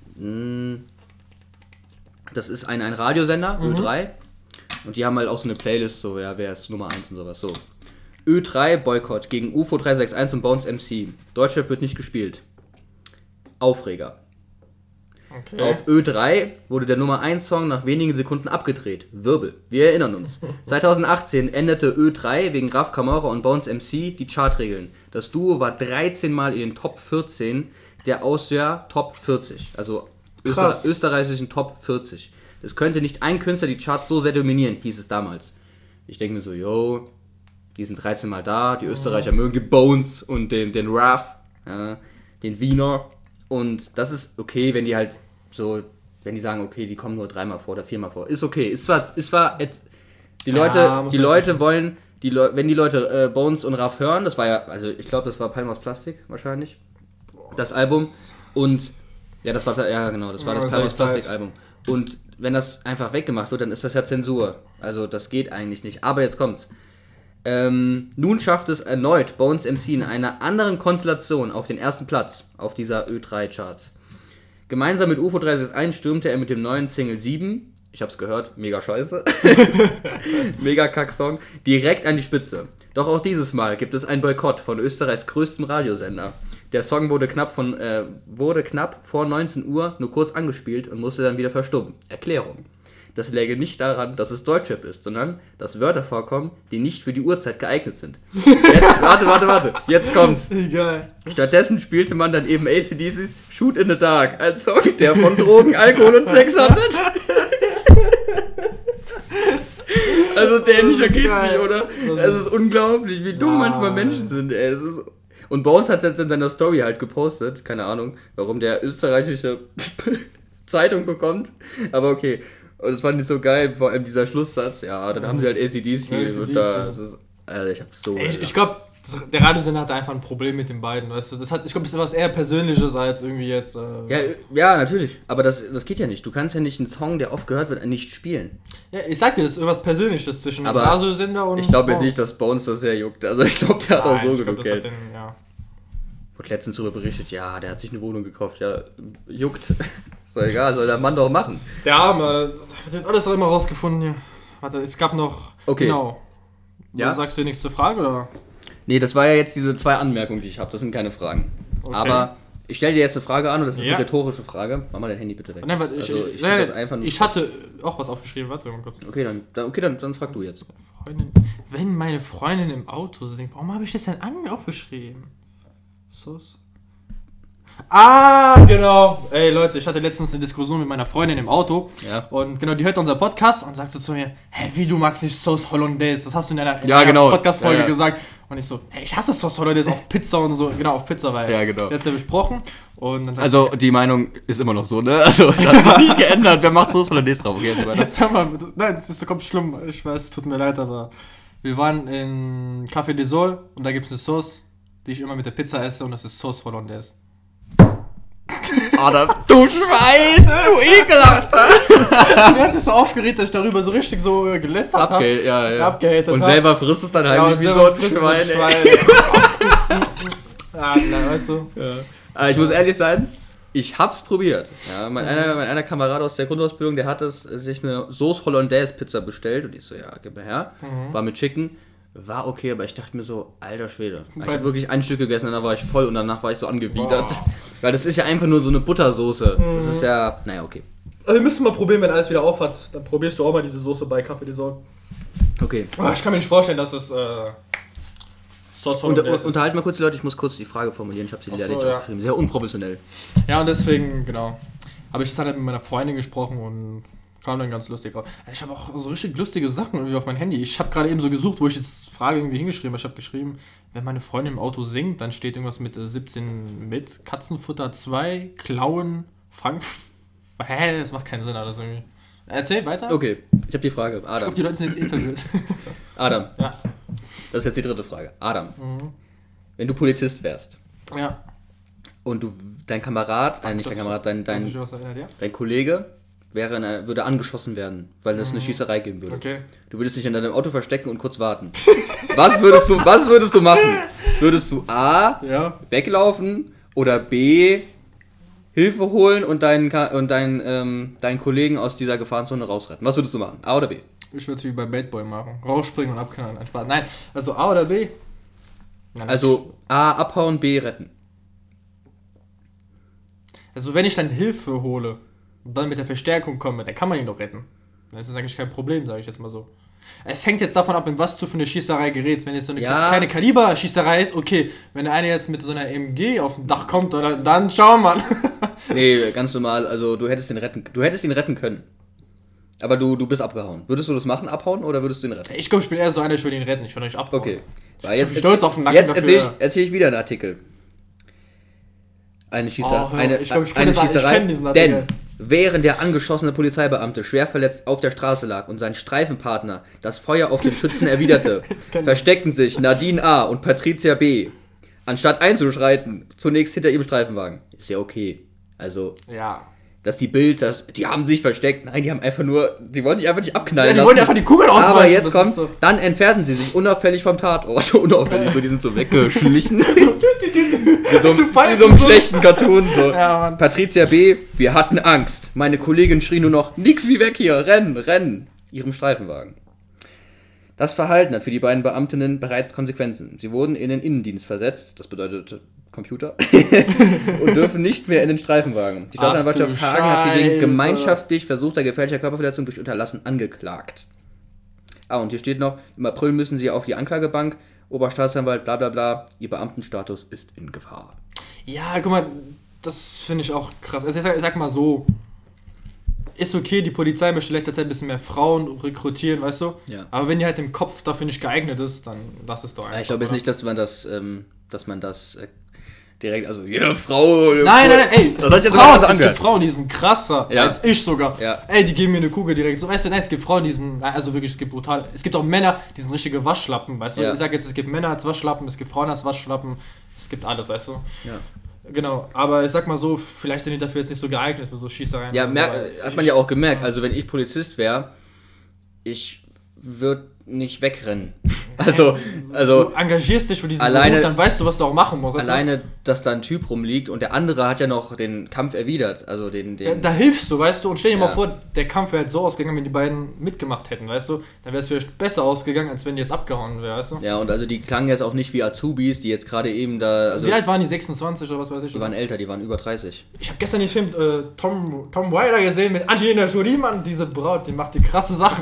A: Das ist ein, ein Radiosender,
B: mhm.
A: Ö drei. Und die haben halt auch so eine Playlist, so, ja, wer ist Nummer eins und sowas. So. Ö drei Boykott gegen U F O drei sechs eins und Bones M C. Deutschrap wird nicht gespielt. Aufreger.
B: Okay.
A: Auf Ö drei wurde der Nummer eins Song nach wenigen Sekunden abgedreht. Wirbel. Wir erinnern uns. zwanzig achtzehn änderte Ö drei wegen Raf Camora und Bones M C die Chartregeln. Das Duo war dreizehn Mal in den Top vierzehn der Austria Top vierzig. Also Öster- österreichischen Top vierzig. Es könnte nicht ein Künstler die Charts so sehr dominieren, hieß es damals. Ich denke mir so, yo, die sind dreizehn Mal da, die Österreicher mögen die Bones und den, den Raf, ja, den Wiener. Und das ist okay, wenn die halt so, wenn die sagen, okay, die kommen nur dreimal vor oder viermal vor. Ist okay. Ist zwar, ist zwar die Leute, ja, die Leute wollen, die Le- wenn die Leute äh, Bones und Raff hören, das war ja, also ich glaube, das war Palm aus Plastik wahrscheinlich, das Album. Und, ja, das war, ja genau, das war ja, das Palm aus Plastik Album. Und wenn das einfach weggemacht wird, dann ist das ja Zensur. Also das geht eigentlich nicht. Aber jetzt kommt's. Ähm, nun schafft es erneut Bones M C in einer anderen Konstellation auf den ersten Platz auf dieser Ö drei Charts. Gemeinsam mit U F O drei sechs eins stürmte er mit dem neuen Single sieben, ich hab's gehört, mega scheiße, mega Kack-Song, direkt an die Spitze. Doch auch dieses Mal gibt es einen Boykott von Österreichs größtem Radiosender. Der Song wurde knapp, von, äh, wurde knapp vor neunzehn Uhr nur kurz angespielt und musste dann wieder verstummen. Erklärung. Das läge nicht daran, dass es Deutschrap ist, sondern dass Wörter vorkommen, die nicht für die Uhrzeit geeignet sind. Jetzt, warte, warte, warte. Jetzt kommt's.
B: Egal.
A: Stattdessen spielte man dann eben A C D C's Shoot in the Dark, ein Song, der von Drogen, Alkohol und Sex handelt. Also dämlicher geht's nicht, oder? Es ist unglaublich, wie dumm wow. manchmal Menschen sind, ey. Das ist und Bones hat es jetzt in seiner Story halt gepostet, keine Ahnung, warum der österreichische Zeitung bekommt, aber okay. Und das fand ich so geil, vor allem dieser Schlusssatz. Ja, dann haben sie halt A C D C. Und da, das ist, Alter, ich hab so...
B: Ich, ich glaube, Das, der Radiosender hatte einfach ein Problem mit den beiden, weißt du. Das hat, ich glaube, das ist was eher Persönliches als irgendwie jetzt... Äh
A: ja, ja, natürlich. Aber das, das geht ja nicht. Du kannst ja nicht einen Song, der oft gehört wird, nicht spielen.
B: Ja, ich sag dir, das ist irgendwas Persönliches zwischen
A: aber
B: Radiosender und...
A: Ich glaube jetzt nicht, dass Bones das sehr juckt. Also ich glaube, der hat Nein, auch so genug glaub, Geld. Den, ja. Wurde letztens darüber berichtet, ja, der hat sich eine Wohnung gekauft. Ja, juckt. Ist doch egal, soll der Mann doch machen.
B: Der Arme, der hat alles auch immer rausgefunden hier. Warte, es gab noch...
A: Okay.
B: Genau.
A: Ja?
B: Sagst du dir nichts zur Frage, oder?
A: Nee, das war ja jetzt diese zwei Anmerkungen, die ich habe. Das sind keine Fragen. Okay. Aber ich stelle dir jetzt eine Frage an und das ist ja. eine rhetorische Frage. Mach mal dein Handy bitte weg.
B: Nein, warte,
A: also,
B: ich,
A: ich,
B: nein, das einfach ich hatte auch was aufgeschrieben. Warte mal kurz.
A: Okay, dann, dann, okay, dann, dann frag du jetzt.
B: Freundin, wenn meine Freundin im Auto singt, warum habe ich das denn an aufgeschrieben? Sus. Ah, genau. Ey, Leute, ich hatte letztens eine Diskussion mit meiner Freundin im Auto.
A: Ja.
B: Und genau, die hört unser Podcast und sagt so zu mir, hä, wie, du magst nicht Sauce Hollandaise? Das hast du in einer, in
A: ja,
B: einer
A: genau.
B: Podcast-Folge
A: ja, ja.
B: gesagt. Und ich so, hey, ich hasse Sauce Hollandaise auf Pizza und so. Genau, auf Pizza, weil
A: ja, genau.
B: jetzt ja besprochen. Und dann
A: also, die Meinung ist immer noch so, ne? Also, das hat sich nicht geändert. Wer macht Sauce Hollandaise drauf? Okay, jetzt,
B: jetzt hör mal, nein, das ist so komplett schlimm. Ich weiß, tut mir leid, aber wir waren in Café des Sol und da gibt es eine Sauce, die ich immer mit der Pizza esse und das ist Sauce Hollandaise.
A: Adam, du Schwein, du Ekelhafter.
B: Du hast dich so aufgeregt, dass ich darüber so richtig so gelästert habe.
A: Abge- ja, ja.
B: Abgehatet
A: und
B: hab.
A: selber frisst es dann heimlich ja, wie so ein Schwein. So Schwein.
B: Ja, na, weißt du.
A: Ja. Aber ich muss ehrlich sein, ich hab's probiert. Ja, mein, mhm. einer, mein einer Kamerad aus der Grundausbildung, der hat es, sich eine Sauce Hollandaise Pizza bestellt und ich so, ja, gib mir her. Mhm. War mit Chicken. War okay, aber ich dachte mir so, alter Schwede. Ich habe wirklich ein Stück gegessen und dann war ich voll und danach war ich so angewidert. Boah. Weil das ist ja einfach nur so eine Buttersoße. Mhm. Das ist ja, naja, okay.
B: Also wir müssen mal probieren, wenn alles wieder auf hat. Dann probierst du auch mal diese Soße bei Café des Sol.
A: Okay.
B: Oh, ich kann mir nicht vorstellen, dass es äh, Sauce Hollandaise ist.
A: Unterhalten mal kurz die Leute, ich muss kurz die Frage formulieren. Ich habe sie leider nicht
B: ja.
A: aufgeschrieben. Sehr unprofessionell.
B: Ja, und deswegen, genau, habe ich das halt mit meiner Freundin gesprochen und kam dann ganz lustig raus. Ich habe auch so richtig lustige Sachen irgendwie auf mein Handy. Ich habe gerade eben so gesucht, wo ich jetzt Frage irgendwie hingeschrieben habe. Ich habe geschrieben, wenn meine Freundin im Auto singt, dann steht irgendwas mit äh, siebzehn mit, Katzenfutter zwei, Klauen, Fang... Hä, das macht keinen Sinn alles irgendwie. Erzähl weiter.
A: Okay, ich habe die Frage. Adam.
B: Ich glaube, die Leute sind jetzt eh verwirrt.
A: Adam.
B: Ja.
A: Das ist jetzt die dritte Frage. Adam,
B: mhm.
A: wenn du Polizist wärst.
B: Ja.
A: Und du, dein Kamerad, äh, nicht
B: das
A: dein Kamerad, dein, dein,
B: erinnert, ja?
A: dein Kollege wäre eine, würde angeschossen werden, weil es mhm. eine Schießerei geben würde.
B: Okay.
A: Du würdest dich in deinem Auto verstecken und kurz warten. was, würdest du, was würdest du machen? Würdest du A,
B: ja.
A: weglaufen oder B, Hilfe holen und deinen, und deinen, ähm, deinen Kollegen aus dieser Gefahrenzone rausretten? Was würdest du machen? A oder B?
B: Ich würde es wie bei Bad Boy machen. Rausspringen und abknallen. Nein, also A oder B?
A: Nein, also A, abhauen, B, retten.
B: Also wenn ich dann Hilfe hole und dann mit der Verstärkung komme, dann kann man ihn doch retten. Dann ist das eigentlich kein Problem, sage ich jetzt mal so. Es hängt jetzt davon ab, in was du für eine Schießerei gerätst. Wenn jetzt so eine
A: ja.
B: kleine Kaliber-Schießerei ist, okay. Wenn der eine jetzt mit so einer M G auf dem Dach kommt, oder, dann schau mal.
A: Nee, ganz normal. Also du hättest ihn retten, du hättest ihn retten können. Aber du, du bist abgehauen. Würdest du das machen, abhauen, oder würdest du ihn retten?
B: Ich glaube, ich bin eher so einer, ich will ihn retten. Ich will nicht abhauen.
A: Okay.
B: Weil jetzt, ich bin stolz auf den Nacken
A: jetzt erzähle ich, erzähl ich wieder einen Artikel. Eine, Schießer,
B: oh,
A: eine,
B: ich glaub, ich
A: eine
B: das,
A: Schießerei.
B: Ich
A: denn während der angeschossene Polizeibeamte schwer verletzt auf der Straße lag und sein Streifenpartner das Feuer auf den Schützen erwiderte, versteckten sich Nadine A. und Patricia B. anstatt einzuschreiten, zunächst hinter ihrem Streifenwagen. Ist ja okay. Also,
B: ja.
A: dass die Bild, das, die haben sich versteckt. Nein, die haben einfach nur, die wollten sich einfach nicht abknallen
B: ja, die
A: lassen.
B: wollten einfach die Kugel ausweichen.
A: Aber jetzt kommt, so. Dann entfernten sie sich unauffällig vom Tatort. Unauffällig, so, die sind so weggeschlichen. Wie so, wie so einem schlechten Cartoon. So.
B: Ja,
A: Patricia B., wir hatten Angst. Meine Kollegin schrie nur noch, nix wie weg hier, rennen, rennen. Ihrem Streifenwagen. Das Verhalten hat für die beiden Beamtinnen bereits Konsequenzen. Sie wurden in den Innendienst versetzt, das bedeutet Computer, und dürfen nicht mehr in den Streifenwagen. Die Staatsanwaltschaft Hagen hat sie wegen gemeinschaftlich versuchter gefährlicher Körperverletzung durch Unterlassen angeklagt. Ah, und hier steht noch, im April müssen sie auf die Anklagebank, Oberstaatsanwalt, bla bla bla, ihr Beamtenstatus ist in Gefahr.
B: Ja, guck mal, das finde ich auch krass. Also ich sag, ich sag mal so, ist okay, die Polizei möchte letzter Zeit ein bisschen mehr Frauen rekrutieren, weißt du?
A: Ja.
B: Aber wenn die halt im Kopf dafür nicht geeignet ist, dann lass es doch einfach.
A: Ja, ich glaube jetzt nicht, dass man das, ähm, dass man das äh, direkt, also jede Frau...
B: Nein, nein, nein, ey, es,
A: das
B: gibt, Frauen, es gibt Frauen, die sind krasser ja. als ich sogar. Ja. Ey, die geben mir eine Kugel direkt. So, weißt du, nein, es gibt Frauen, die sind, also wirklich, es gibt brutal. Es gibt auch Männer, die sind richtige Waschlappen, weißt du. Ja. Ich sag jetzt, es gibt Männer als Waschlappen, es gibt Frauen als Waschlappen, es gibt alles, weißt du. Ja. Genau, aber ich sag mal so, vielleicht sind die dafür jetzt nicht so geeignet für so Schießereien.
A: Ja, merk, so, hat man ja auch gemerkt. Also wenn ich Polizist wäre, ich würde nicht wegrennen. Also, also
B: du engagierst dich für diesen alleine, Beruf, dann weißt du, was du auch machen musst.
A: Alleine, du? dass da ein Typ rumliegt und der andere hat ja noch den Kampf erwidert. Also den, den
B: ja, da hilfst du, weißt du, und stell dir ja. mal vor, der Kampf wäre halt so ausgegangen, wenn die beiden mitgemacht hätten, weißt du, dann wäre es vielleicht besser ausgegangen, als wenn die jetzt abgehauen wäre, weißt du.
A: Ja, und also die klangen jetzt auch nicht wie Azubis, die jetzt gerade eben da... Also
B: wie alt waren die, sechsundzwanzig oder was weiß ich?
A: Die waren älter, die waren über dreißig.
B: Ich habe gestern den Film äh, Tom, Tom Wilder gesehen mit Angelina Jolie, Mann, diese Braut, die macht die krasse Sachen.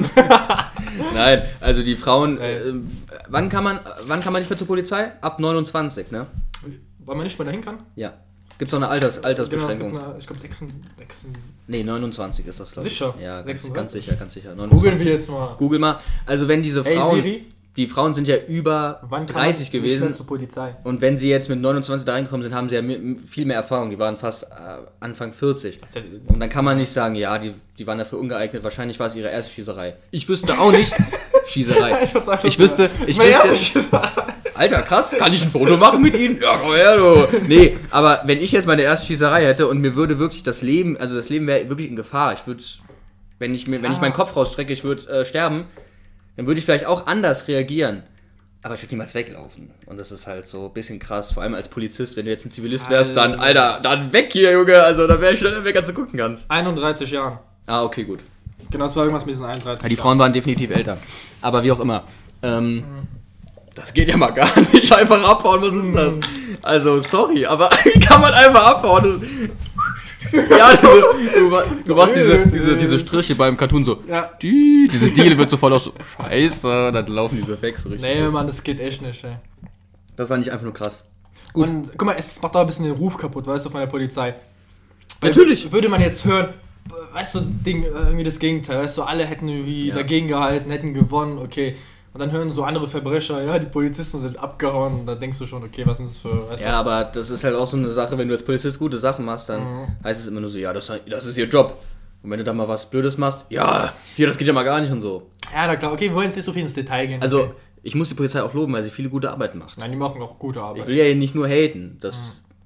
A: Nein, also die Frauen... Äh, wann kann man wann kann man nicht mehr zur Polizei? Ab neunundzwanzig, ne?
B: Weil man nicht mehr dahin kann?
A: Ja. Gibt es auch eine Alters, Altersbeschränkung?
B: Genau, eine, ich glaube sechs.
A: Nee, neunundzwanzig ist das, glaube ich.
B: Sicher?
A: Ja, ganz, ganz sicher, ganz sicher.
B: Googeln wir jetzt mal.
A: Google mal. Also wenn diese Frauen...
B: Hey Siri?
A: Die Frauen sind ja über
B: wann
A: dreißig gewesen.
B: Zur Polizei?
A: Und wenn sie jetzt mit neunundzwanzig da reingekommen sind, haben sie ja viel mehr Erfahrung. Die waren fast äh, Anfang vierzig. Und dann kann man nicht sagen, ja, die, die waren dafür ungeeignet. Wahrscheinlich war es ihre erste Schießerei. Ich wüsste auch nicht. Schießerei. Ich, sagen, ich wüsste. Ich meine erste Schießerei. Alter, krass, kann ich ein Foto machen mit ihnen? Ja, komm her, du. Nee, aber wenn ich jetzt meine erste Schießerei hätte und mir würde wirklich das Leben, also das Leben wäre wirklich in Gefahr. Ich würde, wenn ich mir, wenn ah. ich meinen Kopf rausstrecke, ich würde äh, sterben. Dann würde ich vielleicht auch anders reagieren. Aber ich würde niemals weglaufen. Und das ist halt so ein bisschen krass, vor allem als Polizist, wenn du jetzt ein Zivilist wärst, dann, Alter, dann weg hier, Junge. Also da wäre ich schneller weg, als du gucken kannst.
B: einunddreißig Jahren.
A: Ah, okay, gut.
B: Genau, es war irgendwas mit diesen einunddreißig
A: ja, die Frauen waren definitiv älter. Aber wie auch immer. Ähm, mhm. Das geht ja mal gar nicht. Einfach abhauen, was ist das? Also, sorry, aber kann man einfach abhauen? Ja, du, du, du machst diese, diese, diese Striche beim Cartoon so. Ja. Die, diese Diele wird so voll auch so. Scheiße, dann laufen diese weg so richtig.
B: Nee, Mann, das geht echt nicht, ey.
A: Das war nicht einfach nur krass.
B: Gut. Und guck mal, es macht doch ein bisschen den Ruf kaputt, weißt du, von der Polizei.
A: Weil natürlich.
B: Würde man jetzt hören, weißt du, Ding, irgendwie das Gegenteil, weißt du, alle hätten irgendwie ja. dagegen gehalten, hätten gewonnen, okay. Und dann hören so andere Verbrecher, ja, die Polizisten sind abgehauen. Und da denkst du schon, okay, was ist das für... Weißt
A: ja, du? Aber das ist halt auch so eine Sache, wenn du als Polizist gute Sachen machst, dann mhm. heißt es immer nur so, ja, das, das ist ihr Job. Und wenn du da mal was Blödes machst, ja, hier, das geht ja mal gar nicht und so.
B: Ja, na klar, okay, wir wollen jetzt nicht so viel ins Detail gehen.
A: Also,
B: okay.
A: Ich muss die Polizei auch loben, weil sie viele gute Arbeit macht.
B: Nein, die machen auch gute Arbeit.
A: Ich will ja nicht nur haten, das... Mhm.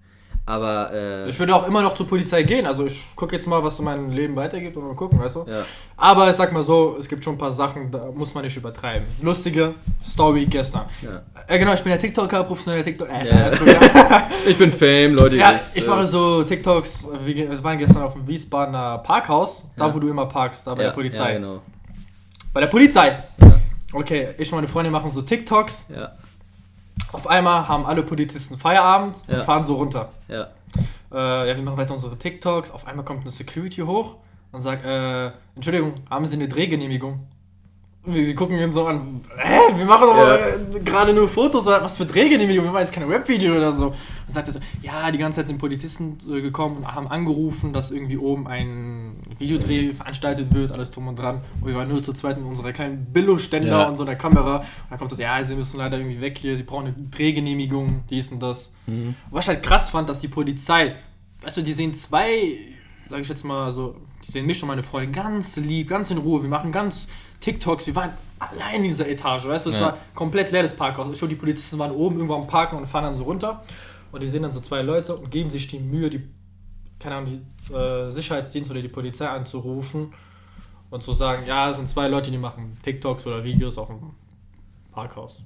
A: Aber, äh...
B: Ich würde auch immer noch zur Polizei gehen, also ich gucke jetzt mal, was so mein Leben weitergibt und mal gucken, weißt du?
A: Ja.
B: Aber ich sag mal so, es gibt schon ein paar Sachen, da muss man nicht übertreiben. Lustige Story gestern. Ja. Äh, genau, ich bin der TikToker, professioneller TikToker. Äh,
A: ja. gut, ja. Ich bin Fame, Leute.
B: Ja, ich, ich mache so TikToks, wir waren gestern auf dem Wiesbadener Parkhaus, da ja. wo du immer parkst, da bei ja. der Polizei.
A: Ja, genau.
B: Bei der Polizei? Ja. Okay, ich und meine Freunde machen so TikToks. Ja. Auf einmal haben alle Polizisten Feierabend und ja. fahren so runter.
A: Ja.
B: Äh, ja, wir machen weiter unsere TikToks. Auf einmal kommt eine Security hoch und sagt, äh, Entschuldigung, haben Sie eine Drehgenehmigung? Wir, wir gucken ihn so an, hä, wir machen doch ja. äh, gerade nur Fotos, was für Drehgenehmigung, wir machen jetzt keine Webvideo oder so. Und sagt er so, ja, die ganze Zeit sind Polizisten äh, gekommen und haben angerufen, dass irgendwie oben ein Videodreh veranstaltet wird, alles drum und dran. Und wir waren nur zu zweit in unserer kleinen Billo-Ständer ja. und so einer Kamera. Und dann kommt das, ja, sie müssen leider irgendwie weg hier, sie brauchen eine Drehgenehmigung, dies und das. Mhm. Und was ich halt krass fand, dass die Polizei, weißt du, die sehen zwei, sag ich jetzt mal so, die sehen mich und meine Freunde ganz lieb, ganz in Ruhe, wir machen ganz TikToks, wir waren allein in dieser Etage, weißt du, es ja. war komplett leer das Parkhaus. Ich schon, die Polizisten waren oben irgendwo am Parken und fahren dann so runter und die sehen dann so zwei Leute und geben sich die Mühe, die, keine Ahnung, die äh, Sicherheitsdienst oder die Polizei anzurufen und zu sagen, ja, es sind zwei Leute, die machen TikToks oder Videos auf dem Parkhaus.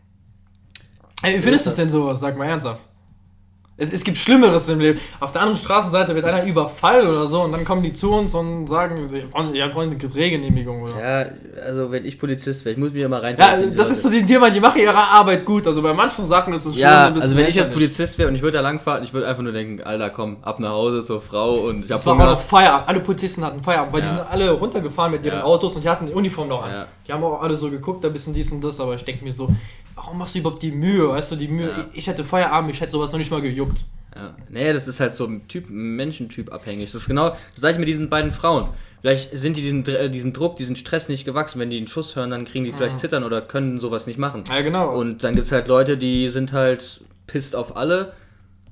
B: Ey, wie findest du das denn so? Sag mal ernsthaft. Es, es gibt Schlimmeres im Leben. Auf der anderen Straßenseite wird einer überfallen oder so und dann kommen die zu uns und sagen, ja, wollen eine Drehgenehmigung oder.
A: Ja, also wenn ich Polizist wäre, ich muss mich ja mal rein.
B: Ja, das ist so die Idee, die machen ihre Arbeit gut. Also bei manchen Sachen ist es schon
A: ja, ein bisschen. Also wenn ich als Polizist wäre und ich würde da langfahren, ich würde einfach nur denken, Alter, komm, ab nach Hause zur Frau und ich hab
B: Das war auch noch Feierabend. Alle Polizisten hatten Feierabend, weil ja. die sind alle runtergefahren mit ihren ja. Autos und die hatten die Uniform noch an. Ja. Die haben auch alle so geguckt, ein bisschen dies und das, aber ich denke mir so, warum machst du überhaupt die Mühe, weißt du, die Mühe, ja. ich, ich hätte Feierabend, ich hätte sowas noch nicht mal gejuckt.
A: Ja, nee, das ist halt so ein Typ, Menschentyp abhängig. Das ist genau das gleiche mit diesen beiden Frauen. Vielleicht sind die diesen, diesen Druck, diesen Stress nicht gewachsen. Wenn die einen Schuss hören, dann kriegen die vielleicht Zittern oder können sowas nicht machen.
B: Ja, genau.
A: Und dann gibt es halt Leute, die sind halt pisst auf alle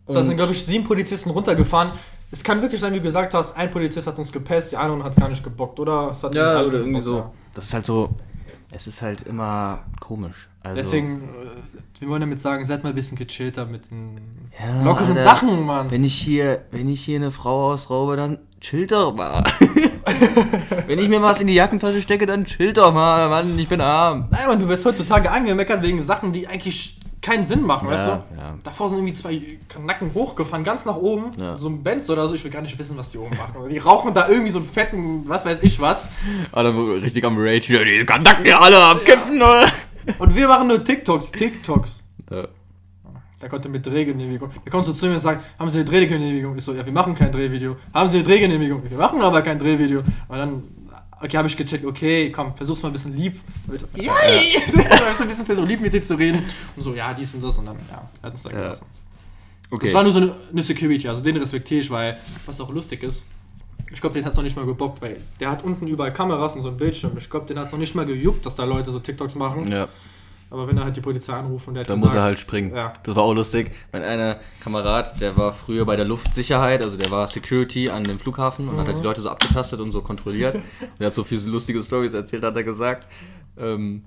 B: Da sind, glaube ich, sieben Polizisten runtergefahren. Es kann wirklich sein, wie du gesagt hast, ein Polizist hat uns gepesst, die anderen hat es gar nicht gebockt, oder? Es hat
A: ja, oder irgendwie so. Ja. Das ist halt so, es ist halt immer komisch. Also
B: deswegen, äh, wir wollen damit sagen, seid mal ein bisschen gechillter mit den
A: ja,
B: lockeren
A: Alter,
B: Sachen, Mann.
A: Wenn ich hier, wenn ich hier eine Frau ausraube, dann chill doch mal. Wenn ich mir was in die Jackentasche stecke, dann chill doch mal, Mann, ich bin arm.
B: Nein, Mann, du wirst heutzutage angemeckert wegen Sachen, die eigentlich keinen Sinn machen, ja, weißt du? Ja. Davor sind irgendwie zwei Nacken hochgefahren, ganz nach oben, ja. So ein Benz oder so, ich will gar nicht wissen, was die oben machen. Die rauchen da irgendwie so einen fetten, was weiß ich was.
A: Alle richtig am Rage, die Nacken ja alle am Kiffen, oder?
B: Und wir machen nur TikToks, TikToks. Ja. Da konnte mit Drehgenehmigung. Da kommst du zu mir und sagst, haben Sie eine Drehgenehmigung? Ich so, ja, wir machen kein Drehvideo. Haben Sie eine Drehgenehmigung? Wir machen aber kein Drehvideo. Und dann, okay, habe ich gecheckt, okay, komm, versuch's mal ein bisschen lieb. Und ich so, ja, ja. so ein bisschen versucht, lieb mit dir zu reden. Und so, ja, dies und das. Und dann, ja, hat uns da
A: ja.
B: gelassen.
A: Okay.
B: Das war nur so eine, eine Security, also den respektiere ich, weil, was auch lustig ist, ich glaube, den hat es noch nicht mal gebockt, weil der hat unten überall Kameras und so ein Bildschirm. Ich glaube, den hat es noch nicht mal gejuckt, dass da Leute so TikToks machen.
A: Ja.
B: Aber wenn er halt die Polizei anruft und der hat
A: dann
B: gesagt,
A: muss er halt springen.
B: Ja.
A: Das war auch lustig. Mein einer Kamerad, der war früher bei der Luftsicherheit, also der war Security an dem Flughafen und mhm. hat halt die Leute so abgetastet und so kontrolliert. Und er hat so viele lustige Storys erzählt, hat er gesagt. Ähm,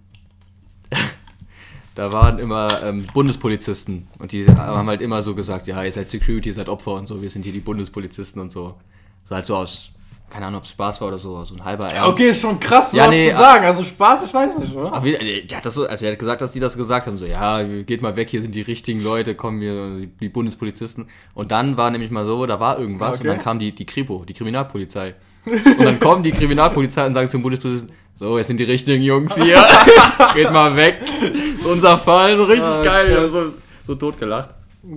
A: da waren immer ähm, Bundespolizisten und die haben halt immer so gesagt, ja, ihr seid Security, ihr seid Opfer und so, wir sind hier die Bundespolizisten und so. So halt so aus, keine Ahnung, ob es Spaß war oder so, so ein halber Ernst.
B: Ja, okay, ist schon krass,
A: ja,
B: was
A: nee,
B: zu sagen. Also Spaß, ich weiß nicht, oder?
A: Ach, der hat das so, also er hat gesagt, dass die das gesagt haben, so, ja, geht mal weg, hier sind die richtigen Leute, kommen hier, die Bundespolizisten. Und dann war nämlich mal so, da war irgendwas okay. Und dann kam die, die Kripo, die Kriminalpolizei. Und dann kommen die Kriminalpolizei und sagen zum Bundespolizisten, so, jetzt sind die richtigen Jungs hier, geht mal weg. Das ist unser Fall, so richtig ah, geil, so, so totgelacht.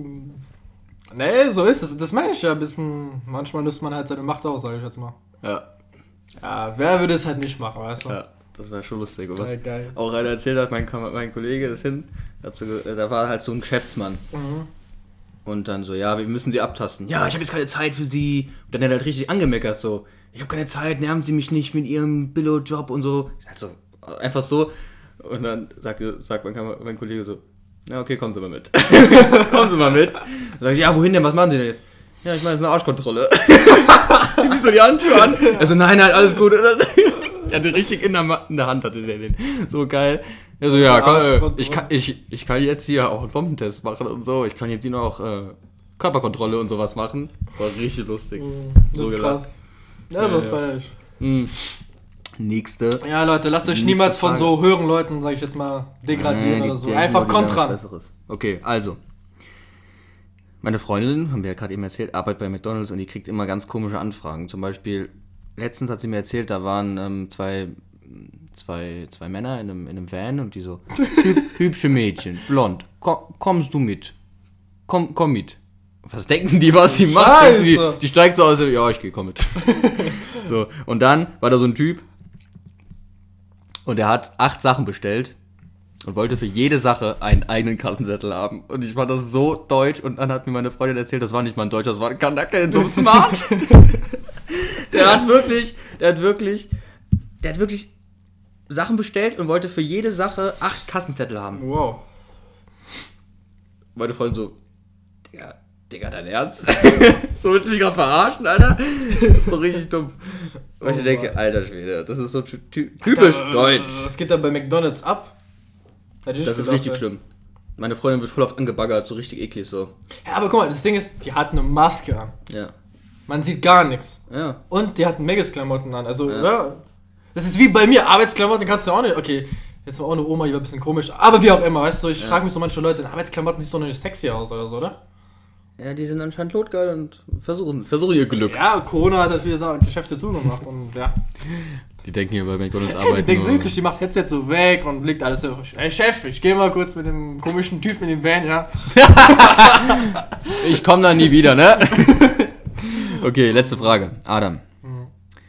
B: Nee, so ist es. Das meine ich ja ein bisschen. Manchmal nutzt man halt seine Macht aus, sag ich jetzt mal.
A: Ja.
B: Ja, wer würde es halt nicht machen, weißt du?
A: Ja, das wäre schon lustig. Und was
B: ja, geil.
A: Auch einer erzählt hat, mein, mein Kollege ist hin, dazu, da war halt so ein Geschäftsmann. Mhm. Und dann so, ja, wir müssen sie abtasten. Ja, ich habe jetzt keine Zeit für sie. Und dann hat er halt richtig angemeckert, so, ich habe keine Zeit, nerven Sie mich nicht mit Ihrem Billo-Job und so. Also, einfach so. Und dann sagt, sagt mein, mein Kollege so, ja, okay, kommen Sie mal mit. kommen Sie mal mit. Dann sag ich, ja, wohin denn? Was machen Sie denn jetzt? Ja, ich meine, es ist eine Arschkontrolle. Ich zieh so die Handtür an. Also, nein, nein, alles gut. Er hatte richtig in der, in der Hand, hatte der den. So geil. Also, ja, komm, ich, kann, ich, ich kann jetzt hier auch einen Bombentest machen und so. Ich kann jetzt hier noch äh, Körperkontrolle und sowas machen. War richtig lustig.
B: Das so ist krass. Ja,
A: ja
B: das ja. feier ich.
A: Mhm. Nächste.
B: Ja, Leute, lasst euch niemals von so höheren Leuten, sag ich jetzt mal, degradieren nee, oder so. Einfach kontern.
A: Okay, also. Meine Freundin, haben wir ja gerade eben erzählt, arbeitet bei McDonald's und die kriegt immer ganz komische Anfragen. Zum Beispiel, letztens hat sie mir erzählt, da waren ähm, zwei, zwei, zwei Männer in einem, in einem Van und die so, hübsche Mädchen, blond, komm, kommst du mit? Komm, komm mit. Was denken die, was sie macht? Die, die steigt so aus, ja, ich gehe, komm mit. So, und dann war da so ein Typ, und er hat acht Sachen bestellt und wollte für jede Sache einen eigenen Kassenzettel haben. Und ich fand das so deutsch. Und dann hat mir meine Freundin erzählt, das war nicht mal ein Deutscher, das war ein Kanake in so einem Smart. Der hat wirklich, der hat wirklich, der hat wirklich Sachen bestellt und wollte für jede Sache acht Kassenzettel haben.
B: Wow.
A: Meine Freundin so, Digga, Digga, dein Ernst? So willst du mich gerade verarschen, Alter? So richtig dumm. Und ich oh, denke, Mann. Alter Schwede, das ist so ty- typisch Alter, deutsch.
B: Was geht da bei McDonald's ab?
A: Das ist gesagt, richtig ey. schlimm. Meine Freundin wird voll oft angebaggert, so richtig eklig so.
B: Ja, aber guck mal, das Ding ist, die hat eine Maske an.
A: Ja.
B: Man sieht gar nichts.
A: Ja.
B: Und die hat Megas-Klamotten an. Also, ja. ja. Das ist wie bei mir, Arbeitsklamotten kannst du auch nicht. Okay, jetzt war auch eine Oma, die war ein bisschen komisch. Aber wie auch immer, weißt du, ich ja. frage mich so manche Leute, in Arbeitsklamotten sieht so nicht sexy aus oder so, oder?
A: Ja, die sind anscheinend totgeil und versuchen, versuchen ihr Glück.
B: Ja, Corona hat halt viele Geschäfte zugemacht und ja.
A: Die denken hier bei McDonald's arbeiten.
B: Die denken wirklich, die macht Headset so weg und legt alles so. Ey Chef, ich geh mal kurz mit dem komischen Typ in den Van, ja.
A: Ich komm da nie wieder, ne? Okay, letzte Frage. Adam. Mhm.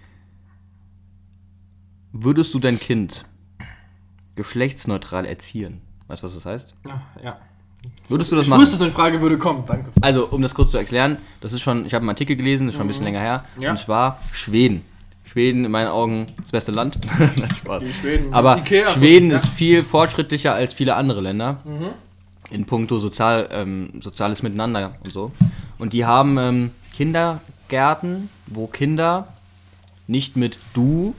A: Würdest du dein Kind geschlechtsneutral erziehen? Weißt du, was das heißt?
B: Ja, ja.
A: Würdest du das
B: ich
A: machen?
B: Ich wusste, so eine Frage würde kommen, danke.
A: Also, um das kurz zu erklären, das ist schon, ich habe einen Artikel gelesen, das ist schon ein bisschen länger her, ja. Und zwar Schweden. Schweden in meinen Augen das beste Land. Nein, Spaß.
B: Die Schweden.
A: Aber
B: Ikea
A: Schweden
B: ja.
A: ist viel fortschrittlicher als viele andere Länder. Mhm. in puncto Sozial, ähm, soziales Miteinander und so. Und die haben ähm, Kindergärten, wo Kinder nicht mit du,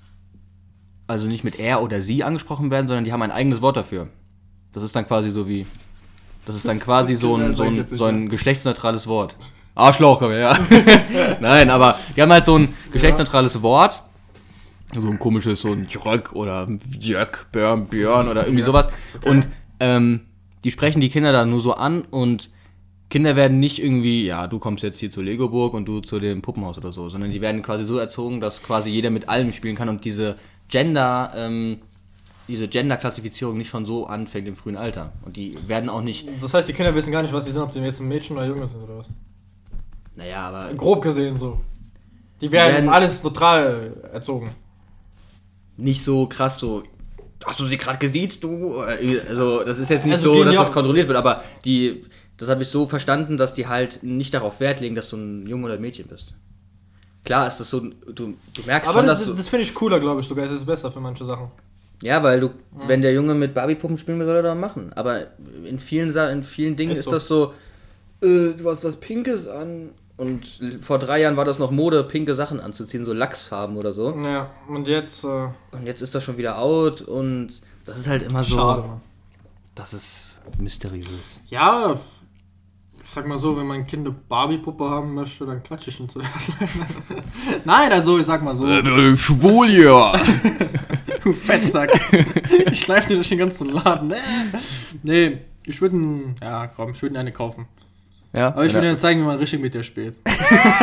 A: also nicht mit er oder sie angesprochen werden, sondern die haben ein eigenes Wort dafür. Das ist dann quasi so wie, das ist dann quasi so ein, so ein, so ein geschlechtsneutrales Wort. Arschloch, ja. Nein, aber die haben halt so ein geschlechtsneutrales Wort. So ein komisches, so ein Jörg oder Jörg, Björn, Björn oder irgendwie ja. sowas. Okay. Und ähm, die sprechen die Kinder dann nur so an und Kinder werden nicht irgendwie, ja, du kommst jetzt hier zur Legoburg und du zu dem Puppenhaus oder so, sondern die werden quasi so erzogen, dass quasi jeder mit allem spielen kann und diese Gender, ähm, diese Gender-Klassifizierung nicht schon so anfängt im frühen Alter. Und die werden auch nicht...
B: Das heißt, die Kinder wissen gar nicht, was sie sind, ob die jetzt ein Mädchen oder Junge sind oder was?
A: Naja, aber...
B: Grob gesehen so. Die werden, die werden alles neutral erzogen.
A: Nicht so krass so, hast du sie gerade gesiezt, du? Also das ist jetzt nicht also so, dass das kontrolliert wird, aber die, das habe ich so verstanden, dass die halt nicht darauf Wert legen, dass du ein Junge oder ein Mädchen bist. Klar ist das so, du, du merkst
B: aber
A: schon,
B: das,
A: dass
B: das, das finde ich cooler, glaube ich sogar, es ist besser für manche Sachen.
A: Ja, weil du, mhm. wenn der Junge mit Barbie-Puppen spielen will, soll er das machen. Aber in vielen, in vielen Dingen ist, ist so. das so, äh, du hast was Pinkes an. Und vor drei Jahren war das noch Mode, pinke Sachen anzuziehen, so Lachsfarben oder so.
B: Ja, und jetzt... Äh
A: und jetzt ist das schon wieder out und das ist halt immer so...
B: Schade, Mann.
A: Das ist mysteriös.
B: Ja, ich sag mal so, wenn mein Kind eine Barbie-Puppe haben möchte, dann klatsche ich ihn zuerst. Nein, also ich sag mal so...
A: Äh, schwul, ja!
B: Du Fettsack. Ich schleif dir durch den ganzen Laden. Nee, ich würde... Ja, komm, ich würde eine kaufen.
A: Ja,
B: aber ich will dir zeigen, wie man richtig mit dir spielt.
A: Das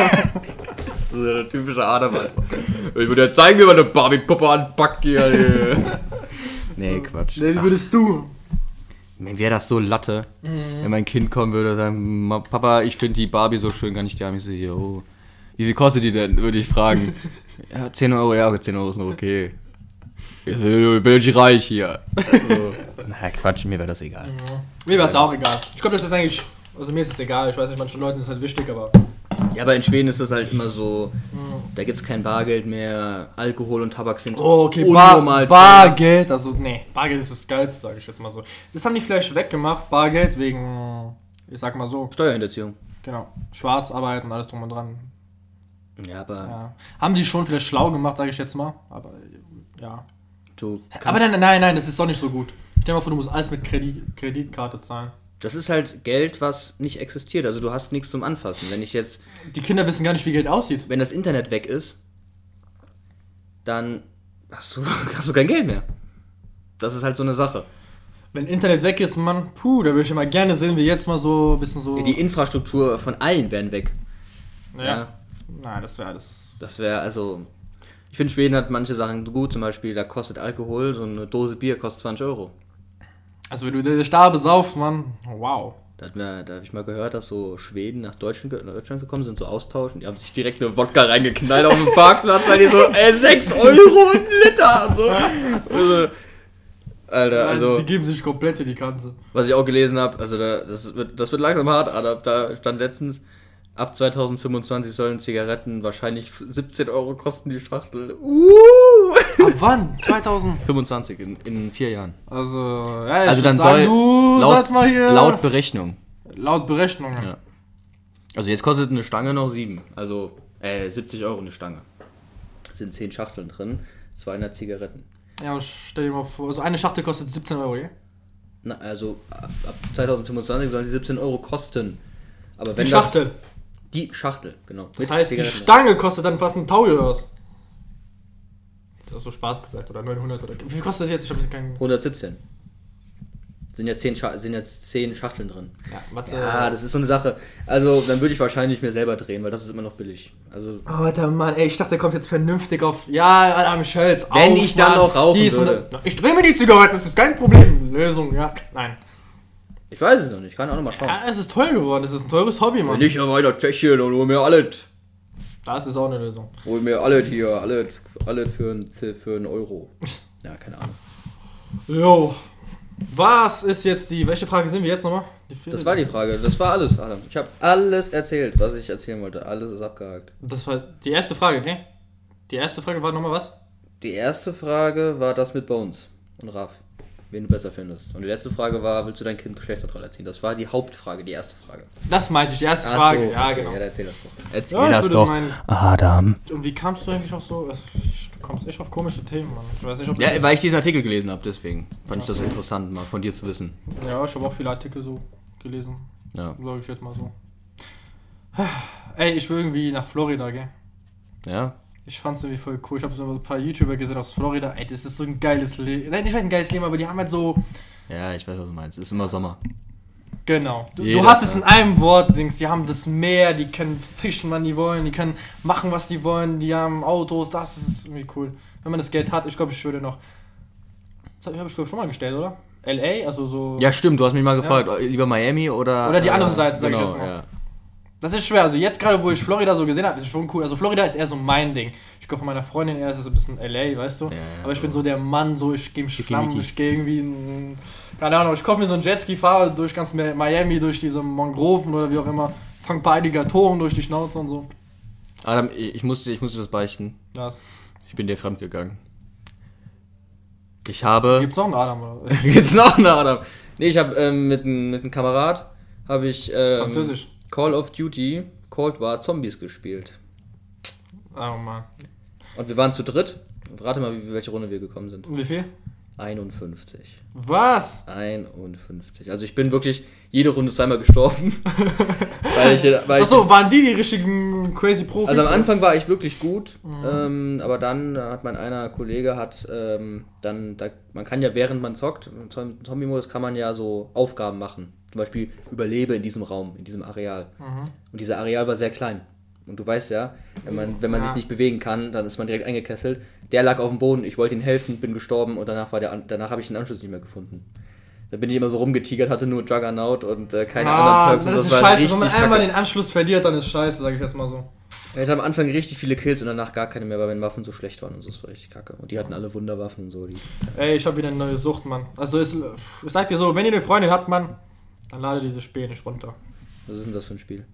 A: ist eine typische Adam, Alter. Ich will dir zeigen, wie man eine Barbie-Puppe anpackt hier. Nee, Quatsch.
B: Nee, wie würdest du?
A: Mir wäre das so Latte, mhm. wenn mein Kind kommen würde und sagen, Papa, ich finde die Barbie so schön, kann ich die haben? Ich so, yo, wie viel kostet die denn, würde ich fragen. Ja, zehn Euro, ja, zehn Euro ist noch okay. Ich bin nicht reich hier. Also, na Quatsch, mir wäre das egal.
B: Mhm. Mir wäre es auch egal. Ich glaube, das ist eigentlich... Also mir ist es egal, ich weiß nicht, manchen Leuten ist es halt wichtig, aber...
A: Ja, aber in Schweden ist es halt immer so, mhm. da gibt es kein Bargeld mehr, Alkohol und Tabak sind
B: oh, okay, Bar- Bargeld, also nee, Bargeld ist das Geilste, sage ich jetzt mal so. Das haben die vielleicht weggemacht, Bargeld, wegen, ich sag mal so...
A: Steuerhinterziehung.
B: Genau, Schwarzarbeit und alles drum und dran.
A: Ja, aber...
B: Ja. Haben die schon vielleicht schlau gemacht, sage ich jetzt mal, aber ja.
A: Du
B: aber nein, nein, nein, das ist doch nicht so gut. Stell dir mal vor, du musst alles mit Kredit, Kreditkarte zahlen.
A: Das ist halt Geld, was nicht existiert. Also du hast nichts zum Anfassen. Wenn ich jetzt...
B: Die Kinder wissen gar nicht, wie Geld aussieht.
A: Wenn das Internet weg ist, dann hast du, hast du kein Geld mehr. Das ist halt so eine Sache.
B: Wenn Internet weg ist, Mann, puh, da würde ich immer gerne sehen, wie jetzt mal so ein bisschen so...
A: Ja, die Infrastruktur von allen wären weg.
B: Ja. ja. Nein, das wäre alles...
A: Das wäre also... Ich finde, Schweden hat manche Sachen gut. Zum Beispiel, da kostet Alkohol, so eine Dose Bier kostet zwanzig Euro.
B: Also wenn du der Star besaufst, Mann, wow.
A: Da, da habe ich mal gehört, dass so Schweden nach Deutschland, nach Deutschland gekommen sind, so austauschen. Die haben sich direkt eine Wodka reingeknallt auf dem Parkplatz, weil die so, ey, sechs Euro ein Liter. So. Also, Alter, also...
B: Die geben sich komplett in die Kante.
A: Was ich auch gelesen habe, also da, das, wird, das wird langsam hart, aber da stand letztens, ab zwanzig fünfundzwanzig sollen Zigaretten wahrscheinlich siebzehn Euro kosten, die Schachtel. Uh!
B: Ab wann? zwanzig
A: fünfundzwanzig, in, in vier Jahren.
B: Also, ja, ich
A: also dann
B: sagen,
A: soll,
B: du
A: laut,
B: sollst mal hier...
A: Laut Berechnung.
B: Laut Berechnung, ja.
A: ja. Also jetzt kostet eine Stange noch sieben. Also, äh, siebzig Euro eine Stange. Es sind zehn Schachteln drin, zweihundert Zigaretten.
B: Ja, stell dir mal vor, also eine Schachtel kostet siebzehn Euro, ja?
A: Na, also ab, ab zwanzig fünfundzwanzig sollen die siebzehn Euro kosten. Aber wenn
B: die Schachtel?
A: Das, die Schachtel, genau.
B: Das heißt, die Stange kostet dann fast ein Taui oder was? Das ist so Spaß gesagt, oder neunhundert oder... Wie viel kostet das jetzt? Ich habe keinen...
A: hundertsiebzehn. Sind ja zehn, Scha- sind jetzt zehn Schachteln drin.
B: Ja, warte.
A: Ja, das ist so eine Sache. Also, dann würde ich wahrscheinlich mir selber drehen, weil das ist immer noch billig. Also,
B: oh, Alter, Mann, ey, ich dachte, der kommt jetzt vernünftig auf... Ja, am Schelz,
A: Wenn auf, ich dann Mann. noch rauchen würde.
B: Eine, ich drehe mir die Zigaretten, das ist kein Problem. Lösung, ja, nein.
A: Ich weiß es noch nicht, ich kann auch noch mal schauen.
B: Ja, es ist teuer geworden, es ist ein teures Hobby, Mann.
A: Wenn ich ja weiter Tschechien und hol mir alles.
B: Das ist auch eine Lösung.
A: Hol mir alles hier, alles, alles für einen für einen Euro. Ja, keine Ahnung.
B: Jo. Was ist jetzt die... Welche Frage sind wir jetzt nochmal?
A: Das war die Frage, das war alles, Adam. Ich habe alles erzählt, was ich erzählen wollte. Alles ist abgehakt.
B: Das war die erste Frage, ne? Die erste Frage war nochmal was?
A: Die erste Frage war das mit Bones und Raff. wen du besser findest. Und die letzte Frage war, willst du dein Kind Geschlechterrolle erziehen? Das war die Hauptfrage, die erste Frage.
B: Das meinte ich, die erste
A: Ach
B: Frage.
A: So,
B: ja,
A: okay,
B: genau.
A: Ja, erzähl das doch. Erzähl
B: ja,
A: das doch.
B: Mein...
A: Adam.
B: Und wie kamst du eigentlich auch so? Du kommst echt auf komische Themen, Mann. Ich weiß nicht, ob
A: Ja,
B: das
A: weil ich diesen Artikel gelesen habe, deswegen fand ich das interessant, mal von dir zu wissen.
B: Ja, ich habe auch viele Artikel so gelesen.
A: Ja.
B: Sag ich jetzt mal so. Ey, ich will irgendwie nach Florida, gell?
A: Ja?
B: Ich fand's irgendwie voll cool. Ich habe so ein paar YouTuber gesehen aus Florida. Ey, das ist so ein geiles Leben. Nein, nicht ein geiles Leben, aber die haben halt so...
A: Ja, ich weiß, was du meinst. Es ist immer Sommer.
B: Genau. Du, du hast es in einem Wort, Dings. Die haben das Meer, die können fischen, wann die wollen, die können machen, was die wollen, die haben Autos, das ist irgendwie cool. Wenn man das Geld hat, ich glaube, ich würde noch... Das habe ich, glaube ich, schon mal gestellt, oder? L A, also so...
A: Ja, stimmt, du hast mich mal gefragt, ja. lieber Miami oder...
B: Oder die andere
A: äh,
B: Seite, sag
A: genau,
B: ich jetzt mal.
A: Ja.
B: Das ist schwer, also jetzt gerade, wo ich Florida so gesehen habe, ist schon cool. Also Florida ist eher so mein Ding. Ich glaube, von meiner Freundin eher ist es ein bisschen L A, weißt du?
A: Ja, ja,
B: aber ich
A: so.
B: bin so der Mann, so ich gehe im Schlamm,
A: Miki.
B: ich gehe irgendwie... In, keine Ahnung, ich kaufe mir so einen Jetski, fahre durch ganz Miami, durch diese Mangroven oder wie auch immer, fang ein paar Alligatoren durch die Schnauze und so.
A: Adam, ich musste, ich musste das beichten.
B: Was?
A: Ich bin dir fremdgegangen. Ich habe...
B: Gibt's noch einen Adam, oder?
A: Gibt's noch einen Adam? Nee, ich habe ähm, mit einem mit einem Kamerad, habe ich... Ähm,
B: Französisch.
A: Call of Duty Cold War Zombies gespielt.
B: Oh Mann.
A: Und wir waren zu dritt. Rate mal, wie, welche Runde wir gekommen sind.
B: Wie viel?
A: einundfünfzig.
B: Was?
A: einundfünfzig. Also ich bin wirklich jede Runde zweimal gestorben. weil ich, weil
B: Achso,
A: ich,
B: waren die die richtigen crazy Profis?
A: Also am Anfang war ich wirklich gut,
B: Mhm.
A: ähm, aber dann hat mein einer Kollege hat ähm, dann, da, man kann ja während man zockt, im Zombie-Modus kann man ja so Aufgaben machen. Zum Beispiel überlebe in diesem Raum, in diesem Areal.
B: Mhm.
A: Und dieser Areal war sehr klein. Und du weißt ja, wenn man, wenn man
B: Ja.
A: sich nicht bewegen kann, dann ist man direkt eingekesselt. Der lag auf dem Boden, ich wollte ihm helfen, bin gestorben und danach war der, danach habe ich den Anschluss nicht mehr gefunden. Da bin ich immer so rumgetigert, hatte nur Juggernaut und äh, keine
B: ah,
A: anderen Perks.
B: das,
A: Und
B: ist
A: war
B: scheiße,
A: richtig
B: wenn man
A: kacke.
B: einmal den Anschluss verliert, dann ist scheiße, sag ich jetzt mal so.
A: Ich hatte am Anfang richtig viele Kills und danach gar keine mehr, weil meine Waffen so schlecht waren und so, das war richtig kacke. Und die hatten alle Wunderwaffen und so. Die
B: Ey, ich habe wieder eine neue Sucht, Mann. Also ist, ich sag dir so, wenn ihr eine Freundin habt, Mann, dann lade diese Spiele nicht runter.
A: Was ist denn das für ein Spiel?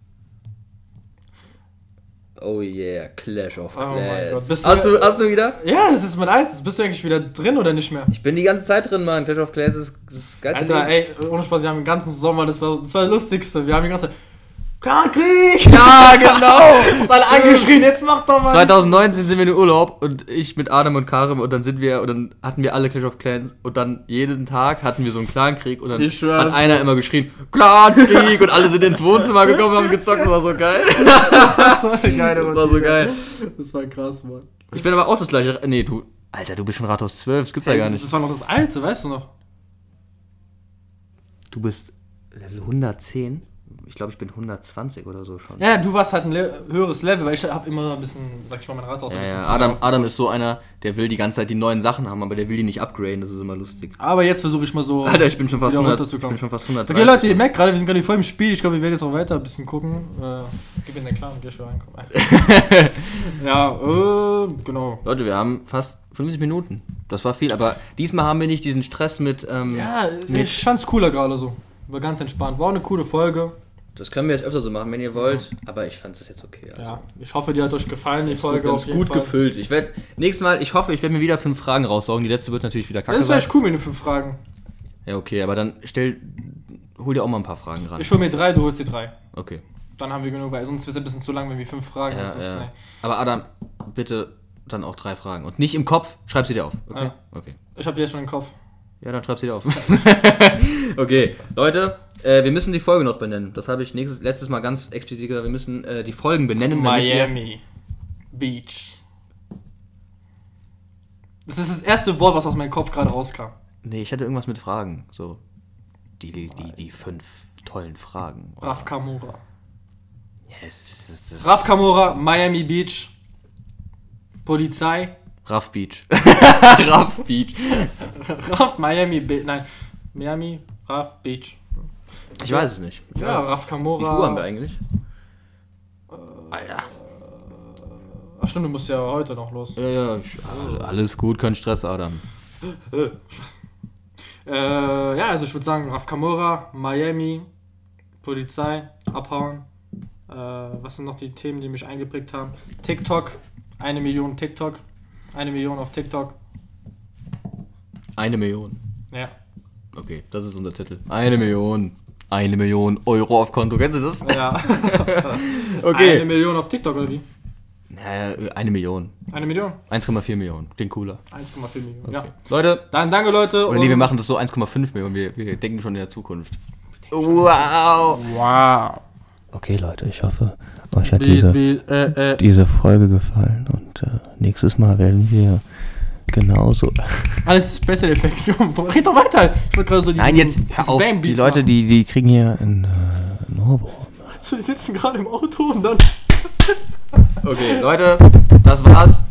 A: Oh yeah, Clash of
B: Oh mein
A: Clans.
B: Gott, bist
A: Hast
B: du-
A: du, hast du wieder?
B: Ja, das ist mein altes. Bist du eigentlich wieder drin oder nicht mehr?
A: Ich bin die ganze Zeit drin, Mann. Clash of Clans ist das geilste
B: Alter,
A: Leben.
B: ey, ohne Spaß, wir haben den ganzen Sommer, das war das, war das Lustigste. Wir haben die ganze Zeit, Clankrieg!
A: Ja, genau!
B: Uns alle angeschrien, jetzt mach doch mal!
A: zwanzig neunzehn sind wir in Urlaub und ich mit Adam und Karim und dann sind wir und dann hatten wir alle Clash of Clans und dann jeden Tag hatten wir so einen Clankrieg und dann
B: Ich schwör's.
A: hat einer immer geschrien, Clankrieg und alle sind ins Wohnzimmer gekommen und haben gezockt, das war so geil.
B: Das war eine geile
A: Das war so geil.
B: Das war krass, Mann.
A: Ich bin aber auch das gleiche, nee, du, Alter, du bist schon Rathaus zwölf, das gibt's ja
B: Ey,
A: gar
B: das,
A: nicht.
B: das war noch das alte, weißt du noch?
A: Du bist Level hundertzehn? Ich glaube, ich bin hundertzwanzig oder so schon.
B: Ja, du warst halt ein le- höheres Level, weil ich hab immer ein bisschen, sag ich mal, mein Rathaus
A: Ja,
B: ein bisschen
A: ja.
B: zusammen-
A: Adam, Adam ist so einer, der will die ganze Zeit die neuen Sachen haben, aber der will die nicht upgraden, das ist immer lustig.
B: Aber jetzt versuche ich mal so.
A: Alter, ich bin schon fast
B: wieder
A: hundert, ich
B: runterzukommen.
A: bin schon fast hundert.
B: Okay, Leute, ihr merkt gerade, wir sind gerade voll im Spiel. Ich glaube, wir werden jetzt auch weiter ein bisschen gucken. Äh, gib mir den Clan und geh schon reinkommen. Ja, äh, genau.
A: Leute, wir haben fast fünfzig Minuten. Das war viel, aber diesmal haben wir nicht diesen Stress mit... Ähm,
B: Ja,
A: mit
B: ich fand's cooler gerade so. War ganz entspannt. War auch eine coole Folge.
A: das können wir jetzt öfter so machen, wenn ihr wollt, aber ich fand es jetzt okay. Also.
B: Ja, ich hoffe, dir hat euch gefallen, die
A: Gut,
B: Folge
A: wir
B: auf
A: haben's
B: jeden
A: gut
B: Fall.
A: gefüllt. Ich werde nächstes Mal, ich hoffe, ich werde mir wieder fünf Fragen raussaugen. Die letzte wird natürlich wieder kacke
B: Das wäre
A: sein.
B: echt cool mit den fünf Fragen.
A: Ja, okay, aber dann stell, hol dir auch mal ein paar Fragen ran.
B: Ich hol mir drei, du holst dir drei.
A: Okay.
B: Dann haben wir genug, weil sonst wird es ein bisschen zu lang, wenn wir fünf Fragen
A: Ja,
B: das ist,
A: ja.
B: ne.
A: Aber Adam, bitte dann auch drei Fragen. Und nicht im Kopf, schreib sie dir auf. Okay?
B: Ja.
A: Okay.
B: Ich hab die jetzt schon im Kopf.
A: Ja, dann schreib sie dir auf. Okay, Leute, äh, wir müssen die Folge noch benennen. Das habe ich nächstes, letztes Mal ganz explizit gesagt. Wir müssen äh, die Folgen benennen. damit wir-
B: Miami Beach. Das ist das erste Wort, was aus meinem Kopf gerade rauskam.
A: Nee, ich hatte irgendwas mit Fragen. So. Die, die, die, die fünf tollen Fragen.
B: Raf Kamora.
A: Yes, das, das,
B: Raf Kamora, Miami Beach. Polizei.
A: Raff Beach. Raff Beach.
B: Raf Miami Beach. Nein. Miami, Raf Beach.
A: Ich weiß es nicht.
B: Ja, Raf Kamora.
A: Wie viel Uhr haben wir eigentlich? Alter.
B: Ach stimmt, du musst ja heute noch los.
A: Ja, ja, ich, alles gut, kein Stress, Adam.
B: Äh, ja, also ich würde sagen, Raf Kamora, Miami, Polizei, abhauen. Äh, was sind noch die Themen, die mich eingeprägt haben? TikTok, eine Million TikTok. Eine Million auf TikTok.
A: Eine Million.
B: Ja.
A: Okay, das ist unser Titel. Eine Million. Eine Million Euro auf Konto. Kennst du das?
B: Ja.
A: Okay.
B: Eine Million auf TikTok oder wie?
A: Naja, eine Million.
B: Eine Million?
A: eins Komma vier Millionen. Klingt cooler.
B: eins Komma vier Millionen,
A: Okay.
B: ja.
A: Leute.
B: Dann danke, Leute.
A: Oder nee, wir machen das so eins Komma fünf Millionen. Wir, wir denken schon in der Zukunft. Wow.
B: Wow.
A: Okay, Leute, ich hoffe, euch hat
B: Wie,
A: diese,
B: wie, äh, äh.
A: diese Folge gefallen. Und äh, nächstes Mal werden wir genauso...
B: Alles Special Effects. Red doch weiter. Ich wollte gerade so diesen,
A: Nein, jetzt hör auf. Die Leute, die, die kriegen hier ein äh, Ohrwurm.
B: So, die sitzen gerade im Auto und dann...
A: Okay, Leute, das war's.